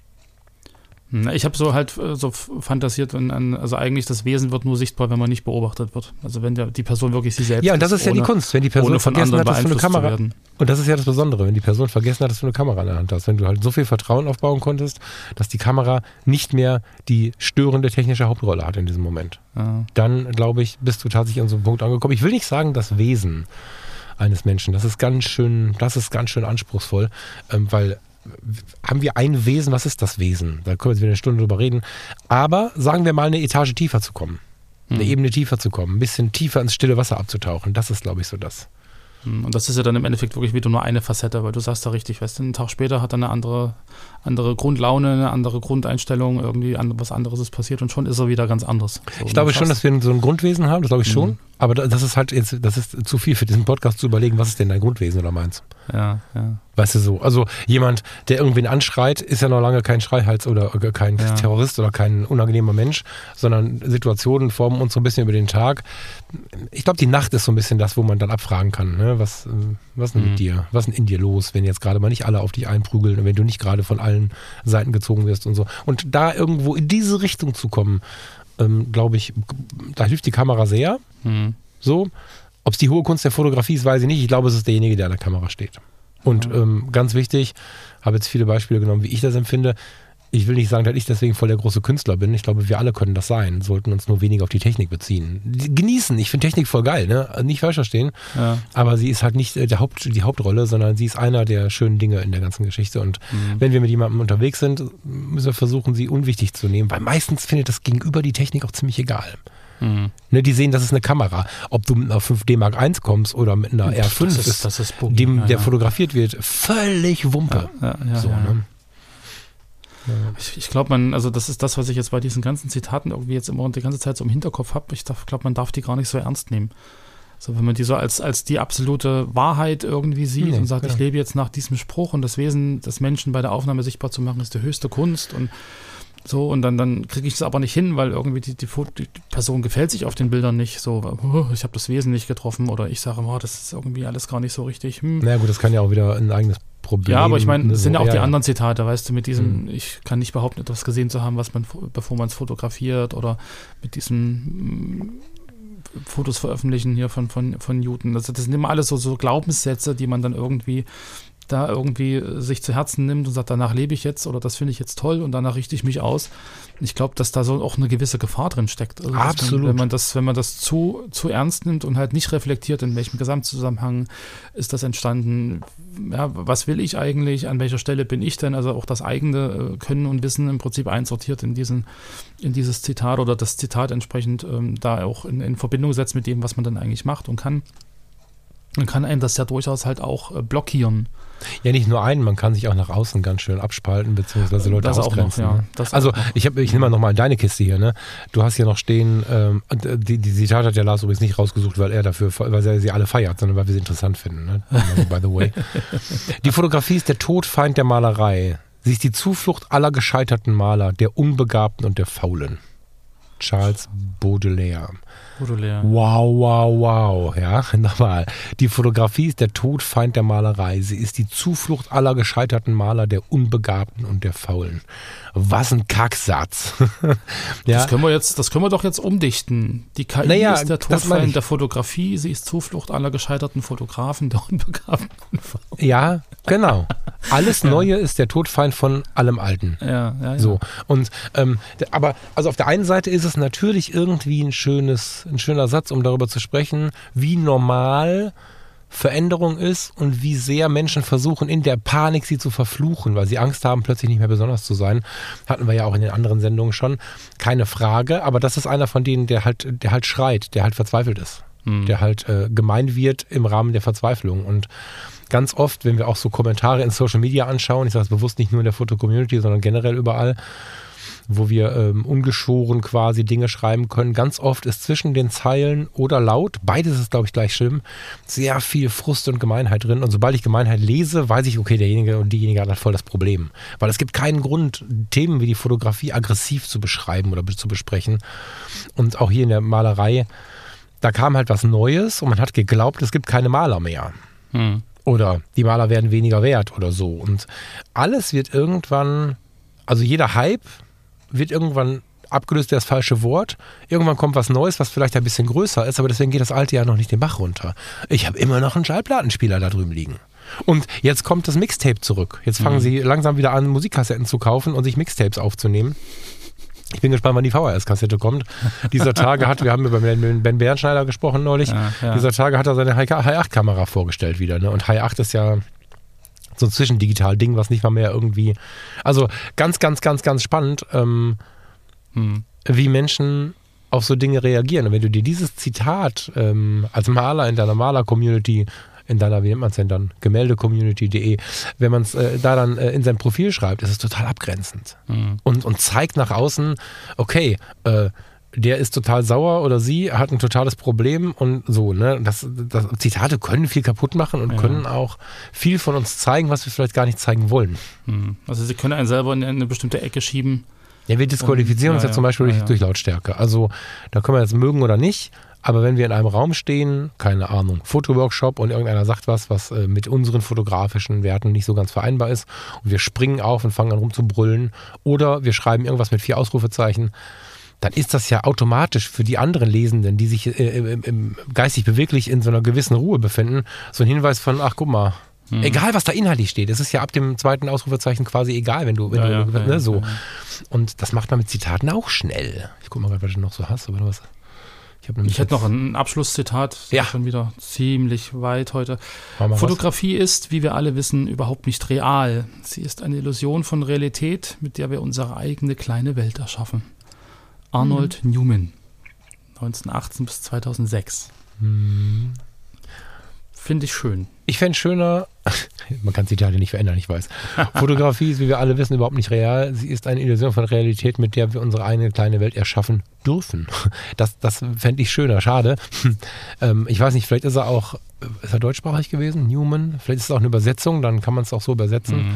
Ich habe so halt so fantasiert, wenn an, also eigentlich das Wesen wird nur sichtbar, wenn man nicht beobachtet wird. Also wenn der, die Person wirklich sie selbst Ja, und das ist, ist ja ohne, die Kunst, wenn die Person vergessen hat, dass du eine Kamera. Und das ist ja das Besondere, wenn die Person vergessen hat, dass du eine Kamera in der Hand hast. Wenn du halt so viel Vertrauen aufbauen konntest, dass die Kamera nicht mehr die störende technische Hauptrolle hat in diesem Moment. Ja. Dann, glaube ich, bist du tatsächlich an so einem Punkt angekommen. Ich will nicht sagen, das Wesen eines Menschen, das ist ganz schön, das ist ganz schön anspruchsvoll, ähm, weil haben wir ein Wesen, was ist das Wesen? Da können wir jetzt wieder eine Stunde drüber reden. Aber sagen wir mal, eine Etage tiefer zu kommen. Eine mhm. Ebene tiefer zu kommen. Ein bisschen tiefer ins stille Wasser abzutauchen. Das ist, glaube ich, so das. Und das ist ja dann im Endeffekt wirklich wieder nur eine Facette, weil du sagst da richtig, weißt du, einen Tag später hat er eine andere, andere Grundlaune, eine andere Grundeinstellung, irgendwie was anderes ist passiert und schon ist er wieder ganz anders. So, ich glaube schon, dass wir so ein Grundwesen haben, das glaube ich schon. Mhm. Aber das ist halt jetzt, das ist zu viel für diesen Podcast zu überlegen, was ist denn dein Grundwesen oder meins? Ja, ja. Weißt du so, also jemand, der irgendwen anschreit, ist ja noch lange kein Schreihals oder kein ja. Terrorist oder kein unangenehmer Mensch, sondern Situationen formen uns so ein bisschen über den Tag. Ich glaube, die Nacht ist so ein bisschen das, wo man dann abfragen kann, ne? Was, was ist denn mhm. mit dir? Was ist denn in dir los, wenn jetzt gerade mal nicht alle auf dich einprügeln und wenn du nicht gerade von allen Seiten gezogen wirst und so. Und da irgendwo in diese Richtung zu kommen, ähm, glaube ich, da hilft die Kamera sehr. Mhm. So. Ob es die hohe Kunst der Fotografie ist, weiß ich nicht. Ich glaube, es ist derjenige, der an der Kamera steht. Und mhm. ähm, ganz wichtig, habe jetzt viele Beispiele genommen, wie ich das empfinde. Ich will nicht sagen, dass ich deswegen voll der große Künstler bin. Ich glaube, wir alle können das sein, sollten uns nur weniger auf die Technik beziehen. Genießen, ich finde Technik voll geil, ne? Nicht falsch verstehen. Ja. Aber sie ist halt nicht der Haupt, die Hauptrolle, sondern sie ist einer der schönen Dinge in der ganzen Geschichte. Und mhm. wenn wir mit jemandem unterwegs sind, müssen wir versuchen, sie unwichtig zu nehmen, weil meistens findet das Gegenüber die Technik auch ziemlich egal. Mhm. Ne, die sehen, das ist eine Kamera. Ob du mit einer fünf D Mark eins kommst oder mit einer R fünf, das ist, das ist Boogie, dem, ja, der ja. fotografiert wird, völlig Wumpe. Ja, ja, ja, so, ja. Ne? Ja. Ich, ich glaube, man, also das ist das, was ich jetzt bei diesen ganzen Zitaten irgendwie jetzt immer die ganze Zeit so im Hinterkopf habe. Ich glaube, man darf die gar nicht so ernst nehmen. So, wenn man die so als, als die absolute Wahrheit irgendwie sieht nee, und sagt, genau. ich lebe jetzt nach diesem Spruch und das Wesen des Menschen bei der Aufnahme sichtbar zu machen, ist die höchste Kunst und so, und dann, dann kriege ich es aber nicht hin, weil irgendwie die, die, die Person gefällt sich auf den Bildern nicht. So, oh, ich habe das Wesen nicht getroffen oder ich sage, oh, das ist irgendwie alles gar nicht so richtig. Hm. Na gut, das kann ja auch wieder ein eigenes Problem. Ja, aber ich meine, das sind ja auch ja, die ja. anderen Zitate, weißt du, mit diesem, hm. ich kann nicht behaupten, etwas gesehen zu haben, was man, bevor man es fotografiert, oder mit diesem Fotos veröffentlichen hier von, von, von Newton. Das, das sind immer alles so, so Glaubenssätze, die man dann irgendwie da irgendwie sich zu Herzen nimmt und sagt, danach lebe ich jetzt oder das finde ich jetzt toll und danach richte ich mich aus. Ich glaube, dass da so auch eine gewisse Gefahr drin steckt. Also, Absolut. Man, wenn man das, wenn man das zu, zu ernst nimmt und halt nicht reflektiert, in welchem Gesamtzusammenhang ist das entstanden, ja, was will ich eigentlich, an welcher Stelle bin ich denn, also auch das eigene Können und Wissen im Prinzip einsortiert in diesen, in dieses Zitat oder das Zitat entsprechend ähm, da auch in, in Verbindung setzt mit dem, was man dann eigentlich macht und kann. dann kann einen das ja durchaus halt auch äh, blockieren. Ja, nicht nur einen, man kann sich auch nach außen ganz schön abspalten, beziehungsweise Leute Das auch ausgrenzen. noch, ja. Ne? Das Also auch noch. ich, hab, ich nehme mal nochmal deine Kiste hier. Ne? Du hast hier noch stehen, ähm, die, die Zitate hat der Lars übrigens nicht rausgesucht, weil er dafür, weil er sie alle feiert, sondern weil wir sie interessant finden. Ne? Also, by the way. Die Fotografie ist der Todfeind der Malerei. Sie ist die Zuflucht aller gescheiterten Maler, der Unbegabten und der Faulen. Charles Baudelaire. Baudelaire. Wow, wow, wow. Ja, nochmal. Die Fotografie ist der Todfeind der Malerei. Sie ist die Zuflucht aller gescheiterten Maler, der Unbegabten und der Faulen. Was ein Kacksatz. Ja. Das können wir jetzt, das können wir doch jetzt umdichten. Die K I Naja, ist der das meine Todfeind ich. der Fotografie, sie ist Zuflucht aller gescheiterten Fotografen, der Unbegabten und Faulen. Ja, genau. Alles Neue ist der Todfeind von allem Alten. Ja, ja, ja. So. Und ähm, d- aber also auf der einen Seite ist es natürlich irgendwie ein schönes, ein schöner Satz, um darüber zu sprechen, wie normal Veränderung ist und wie sehr Menschen versuchen, in der Panik sie zu verfluchen, weil sie Angst haben, plötzlich nicht mehr besonders zu sein. Hatten wir ja auch in den anderen Sendungen schon. Keine Frage, aber das ist einer von denen, der halt, der halt schreit, der halt verzweifelt ist. Hm. Der halt äh, gemein wird im Rahmen der Verzweiflung. Und ganz oft, wenn wir auch so Kommentare in Social Media anschauen, ich sage es bewusst nicht nur in der Foto-Community, sondern generell überall, wo wir ähm, ungeschoren quasi Dinge schreiben können, ganz oft ist zwischen den Zeilen oder laut, beides ist, glaube ich, gleich schlimm, sehr viel Frust und Gemeinheit drin. Und sobald ich Gemeinheit lese, weiß ich, okay, derjenige und diejenige hat halt voll das Problem. Weil es gibt keinen Grund, Themen wie die Fotografie aggressiv zu beschreiben oder be- zu besprechen. Und auch hier in der Malerei, da kam halt was Neues und man hat geglaubt, es gibt keine Maler mehr. Hm. Oder die Maler werden weniger wert oder so. Und alles wird irgendwann, also jeder Hype wird irgendwann abgelöst, wäre das falsche Wort. Irgendwann kommt was Neues, was vielleicht ein bisschen größer ist, aber deswegen geht das alte ja noch nicht den Bach runter. Ich habe immer noch einen Schallplattenspieler da drüben liegen. Und jetzt kommt das Mixtape zurück. Jetzt fangen Mhm. sie langsam wieder an, Musikkassetten zu kaufen und sich Mixtapes aufzunehmen. Ich bin gespannt, wann die V H S-Kassette kommt. Dieser Tage hat, wir haben über Ben Ben Bernschneider gesprochen neulich, Ja, ja. dieser Tage hat er seine Hi acht Kamera vorgestellt wieder. Ne? Und Hi acht ist ja so ein Zwischendigital-Ding, was nicht mal mehr irgendwie, also ganz, ganz, ganz, ganz spannend, ähm, Hm. wie Menschen auf so Dinge reagieren. Und wenn du dir dieses Zitat ähm, als Maler in deiner Maler-Community, in deiner, wie nennt man es denn dann, Gemälde-Community punkt de, wenn man es äh, da dann äh, in sein Profil schreibt, ist es total abgrenzend. Hm. Und, und zeigt nach außen, okay, äh, der ist total sauer oder sie hat ein totales Problem und so. Ne? Das, das, Zitate können viel kaputt machen und Ja. können auch viel von uns zeigen, was wir vielleicht gar nicht zeigen wollen. Hm. Also sie können einen selber in eine bestimmte Ecke schieben. Ja, wir disqualifizieren Und- uns ja, ja zum ja, Beispiel ja, durch, ja. durch Lautstärke. Also da können wir jetzt mögen oder nicht, aber wenn wir in einem Raum stehen, keine Ahnung, Fotoworkshop und irgendeiner sagt was, was äh, mit unseren fotografischen Werten nicht so ganz vereinbar ist und wir springen auf und fangen an rumzubrüllen oder wir schreiben irgendwas mit vier Ausrufezeichen, dann ist das ja automatisch für die anderen Lesenden, die sich äh, im, im geistig beweglich in so einer gewissen Ruhe befinden, so ein Hinweis von, ach guck mal, Hm. egal was da inhaltlich steht, es ist ja ab dem zweiten Ausrufezeichen quasi egal, wenn du, wenn Ja, du ja, ne, ja, so. ja, ja. Und das macht man mit Zitaten auch schnell. Ich guck mal gerade, was du noch so hast, aber was. Ich, hab nämlich Ich hätte jetzt- noch ein Abschlusszitat, das Ja. ist schon wieder ziemlich weit heute. Hau mal raus. Fotografie ist, wie wir alle wissen, überhaupt nicht real. Sie ist eine Illusion von Realität, mit der wir unsere eigene kleine Welt erschaffen. Arnold Mhm. Newman, neunzehnhundertachtzehn bis zweitausendsechs. Hm. Finde ich schön. Ich fände es schöner, man kann Zitate nicht verändern, ich weiß. Fotografie ist, wie wir alle wissen, überhaupt nicht real. Sie ist eine Illusion von Realität, mit der wir unsere eigene kleine Welt erschaffen dürfen. Das, das fände ich schöner, schade. Ähm, ich weiß nicht, vielleicht ist er auch, ist er deutschsprachig gewesen, Newman? Vielleicht ist es auch eine Übersetzung, dann kann man es auch so übersetzen.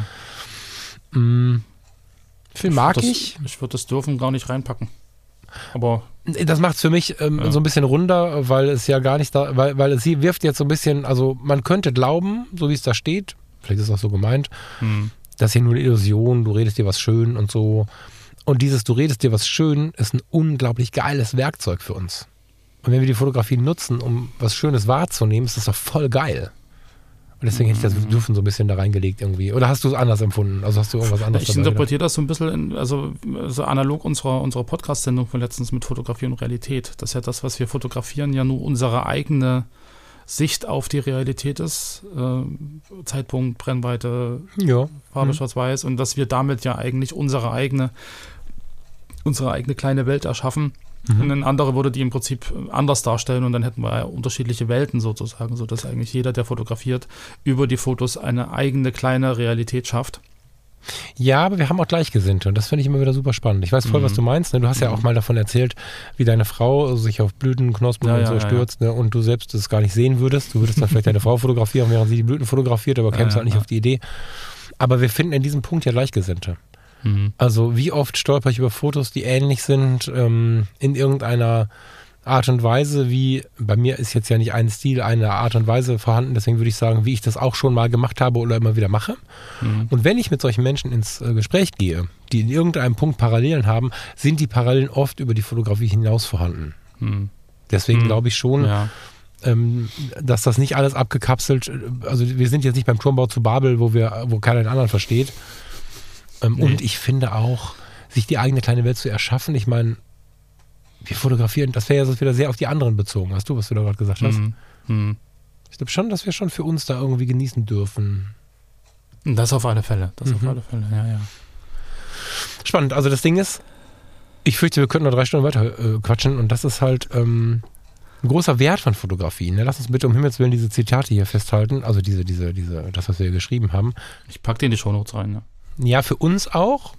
Mhm. Mm. Film mag das, ich. Ich würde das dürfen gar nicht reinpacken. Aber Das macht es für mich ähm, Ja. so ein bisschen runder, weil es ja gar nicht da, weil, weil es sie wirft jetzt so ein bisschen, also man könnte glauben, so wie es da steht, vielleicht ist es auch so gemeint, hm, das ist hier nur eine Illusion, du redest dir was schön und so. Und dieses du redest dir was schön ist ein unglaublich geiles Werkzeug für uns. Und wenn wir die Fotografie nutzen, um was Schönes wahrzunehmen, ist das doch voll geil. Und deswegen hätte ich das dürfen so ein bisschen da reingelegt irgendwie. Oder hast du es anders empfunden? Also hast du irgendwas anderes ich dabei gedacht? interpretiere das so ein bisschen, in, also so analog unserer, unserer Podcast-Sendung von letztens mit Fotografie und Realität. Das ist ja das, was wir fotografieren, ja nur unsere eigene Sicht auf die Realität ist. Äh, Zeitpunkt, Brennweite, Ja. Farbe, Mhm. Schwarz-Weiß. Und dass wir damit ja eigentlich unsere eigene, unsere eigene kleine Welt erschaffen. Mhm. Und ein anderer würde die im Prinzip anders darstellen und dann hätten wir ja unterschiedliche Welten sozusagen, sodass eigentlich jeder, der fotografiert, über die Fotos eine eigene kleine Realität schafft. Ja, aber wir haben auch Gleichgesinnte und das finde ich immer wieder super spannend. Ich weiß voll, mhm. was du meinst. Ne? Du hast ja auch mal davon erzählt, wie deine Frau sich auf Blütenknospen ja, und so ja, stürzt ja. Ne? Und du selbst das gar nicht sehen würdest. Du würdest dann vielleicht deine Frau fotografieren, während sie die Blüten fotografiert, aber kämst ja, halt nicht ja. auf die Idee. Aber wir finden in diesem Punkt ja Gleichgesinnte. Mhm. Also wie oft stolper ich über Fotos, die ähnlich sind, ähm, in irgendeiner Art und Weise, wie, bei mir ist jetzt ja nicht ein Stil, eine Art und Weise vorhanden, deswegen würde ich sagen, wie ich das auch schon mal gemacht habe oder immer wieder mache. Mhm. Und wenn ich mit solchen Menschen ins äh, Gespräch gehe, die in irgendeinem Punkt Parallelen haben, sind die Parallelen oft über die Fotografie hinaus vorhanden. Mhm. Deswegen mhm. glaube ich schon, ja. ähm, dass das nicht alles abgekapselt, also wir sind jetzt nicht beim Turmbau zu Babel, wo wir, wo keiner den anderen versteht. Ähm, nee. Und ich finde auch, sich die eigene kleine Welt zu erschaffen, ich meine, wir fotografieren, das wäre ja so wieder sehr auf die anderen bezogen. Weißt du, was du da gerade gesagt hast? Mhm. Ich glaube schon, dass wir schon für uns da irgendwie genießen dürfen. Das auf alle Fälle. Das mhm. auf alle Fälle, ja, ja. Spannend. Also das Ding ist, ich fürchte, wir könnten noch drei Stunden weiter äh, quatschen und das ist halt ähm, ein großer Wert von Fotografie. Ne? Lass uns bitte um Himmels Willen diese Zitate hier festhalten. Also diese, diese, diese, das, was wir hier geschrieben haben. Ich packe die in die Shownotes rein, ja. Ja, für uns auch.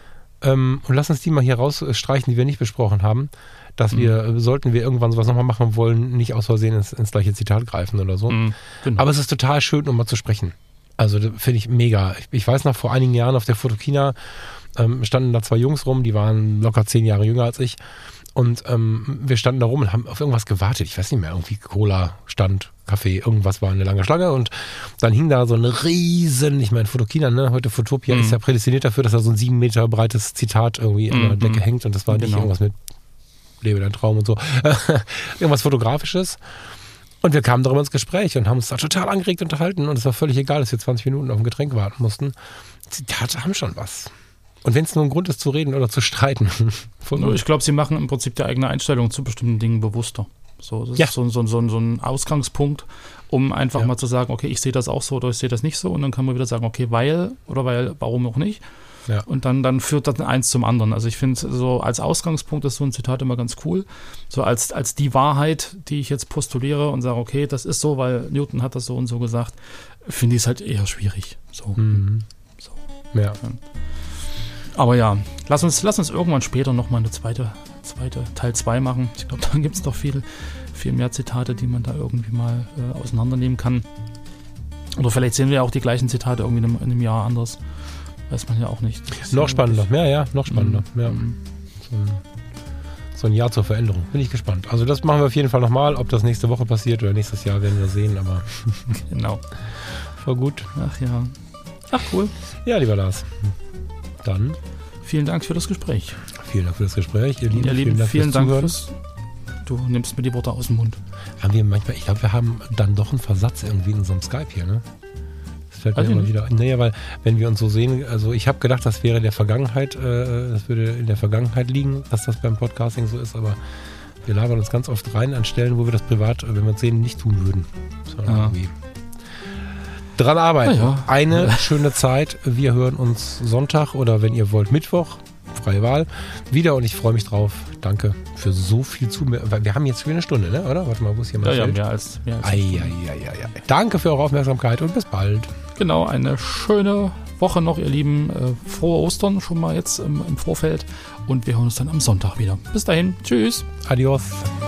Ähm, und lass uns die mal hier rausstreichen, die wir nicht besprochen haben, dass mhm. wir, sollten wir irgendwann sowas nochmal machen wollen, nicht aus Versehen ins, ins gleiche Zitat greifen oder so. Mhm, genau. Aber es ist total schön, um mal zu sprechen. Also finde ich mega. Ich, ich weiß noch, vor einigen Jahren auf der Fotokina ähm, standen da zwei Jungs rum, die waren locker zehn Jahre jünger als ich. Und ähm, wir standen da rum und haben auf irgendwas gewartet. Ich weiß nicht mehr, irgendwie Cola stand, Kaffee, irgendwas war eine lange Schlange. Und dann hing da so eine riesen, ich meine Fotokina, ne, heute Fotopia mm. ist ja prädestiniert dafür, dass da so ein sieben Meter breites Zitat irgendwie an der Decke mm. hängt. Und das war genau. nicht irgendwas mit Lebe dein Traum und so. Irgendwas Fotografisches. Und wir kamen darüber ins Gespräch und haben uns da total angeregt unterhalten. Und es war völlig egal, dass wir zwanzig Minuten auf ein Getränk warten mussten. Zitate haben schon was. Und wenn es nur ein Grund ist zu reden oder zu streiten. Ich glaube, sie machen im Prinzip die eigene Einstellung zu bestimmten Dingen bewusster. So, das ja. ist so, so, so, so ein Ausgangspunkt, um einfach ja. mal zu sagen, okay, ich sehe das auch so oder ich sehe das nicht so. Und dann kann man wieder sagen, okay, weil oder weil, warum auch nicht. Ja. Und dann, dann führt das eins zum anderen. Also ich finde, so als Ausgangspunkt ist so ein Zitat immer ganz cool. So als, als die Wahrheit, die ich jetzt postuliere und sage, okay, das ist so, weil Newton hat das so und so gesagt, finde ich es halt eher schwierig. So. Mhm. so. Ja. Aber ja, lass uns, lass uns irgendwann später nochmal eine zweite, zweite Teil zwei machen. Ich glaube, da gibt es doch viel, viel mehr Zitate, die man da irgendwie mal äh, auseinandernehmen kann. Oder vielleicht sehen wir ja auch die gleichen Zitate irgendwie in einem, in einem Jahr anders. Weiß man ja auch nicht. Noch spannender, ja, ja, noch spannender. Mhm. Ja. So, ein, so ein Jahr zur Veränderung. Bin ich gespannt. Also das machen wir auf jeden Fall nochmal. Ob das nächste Woche passiert oder nächstes Jahr, werden wir sehen. Aber genau. Voll gut. Ach ja. Ach cool. Ja, lieber Lars. Dann. Vielen Dank für das Gespräch. Vielen Dank für das Gespräch. Ihr Lieben, ihr Lieben vielen Dank, vielen fürs Dank fürs. Du nimmst mir die Worte aus dem Mund. Haben wir manchmal, ich glaube, wir haben dann doch einen Versatz irgendwie in unserem Skype hier, ne? Das fällt mir immer wieder. Naja, weil, wenn wir uns so sehen, also ich habe gedacht, das wäre der Vergangenheit, äh, das würde in der Vergangenheit liegen, dass das beim Podcasting so ist, aber wir labern uns ganz oft rein an Stellen, wo wir das privat, wenn wir uns sehen, nicht tun würden. Sondern ja. irgendwie dran arbeiten. Ja. Eine schöne Zeit. Wir hören uns Sonntag oder wenn ihr wollt Mittwoch, freie Wahl, wieder und ich freue mich drauf. Danke für so viel Zuhören. Wir haben jetzt für eine Stunde, ne? Oder? Warte mal, wo ist hier mal ja, ja, mehr als, mehr als ei, ei, ei, ei, ei. Danke für eure Aufmerksamkeit und bis bald. Genau, eine schöne Woche noch, ihr Lieben. Äh, frohe Ostern schon mal jetzt im, im Vorfeld und wir hören uns dann am Sonntag wieder. Bis dahin. Tschüss. Adios.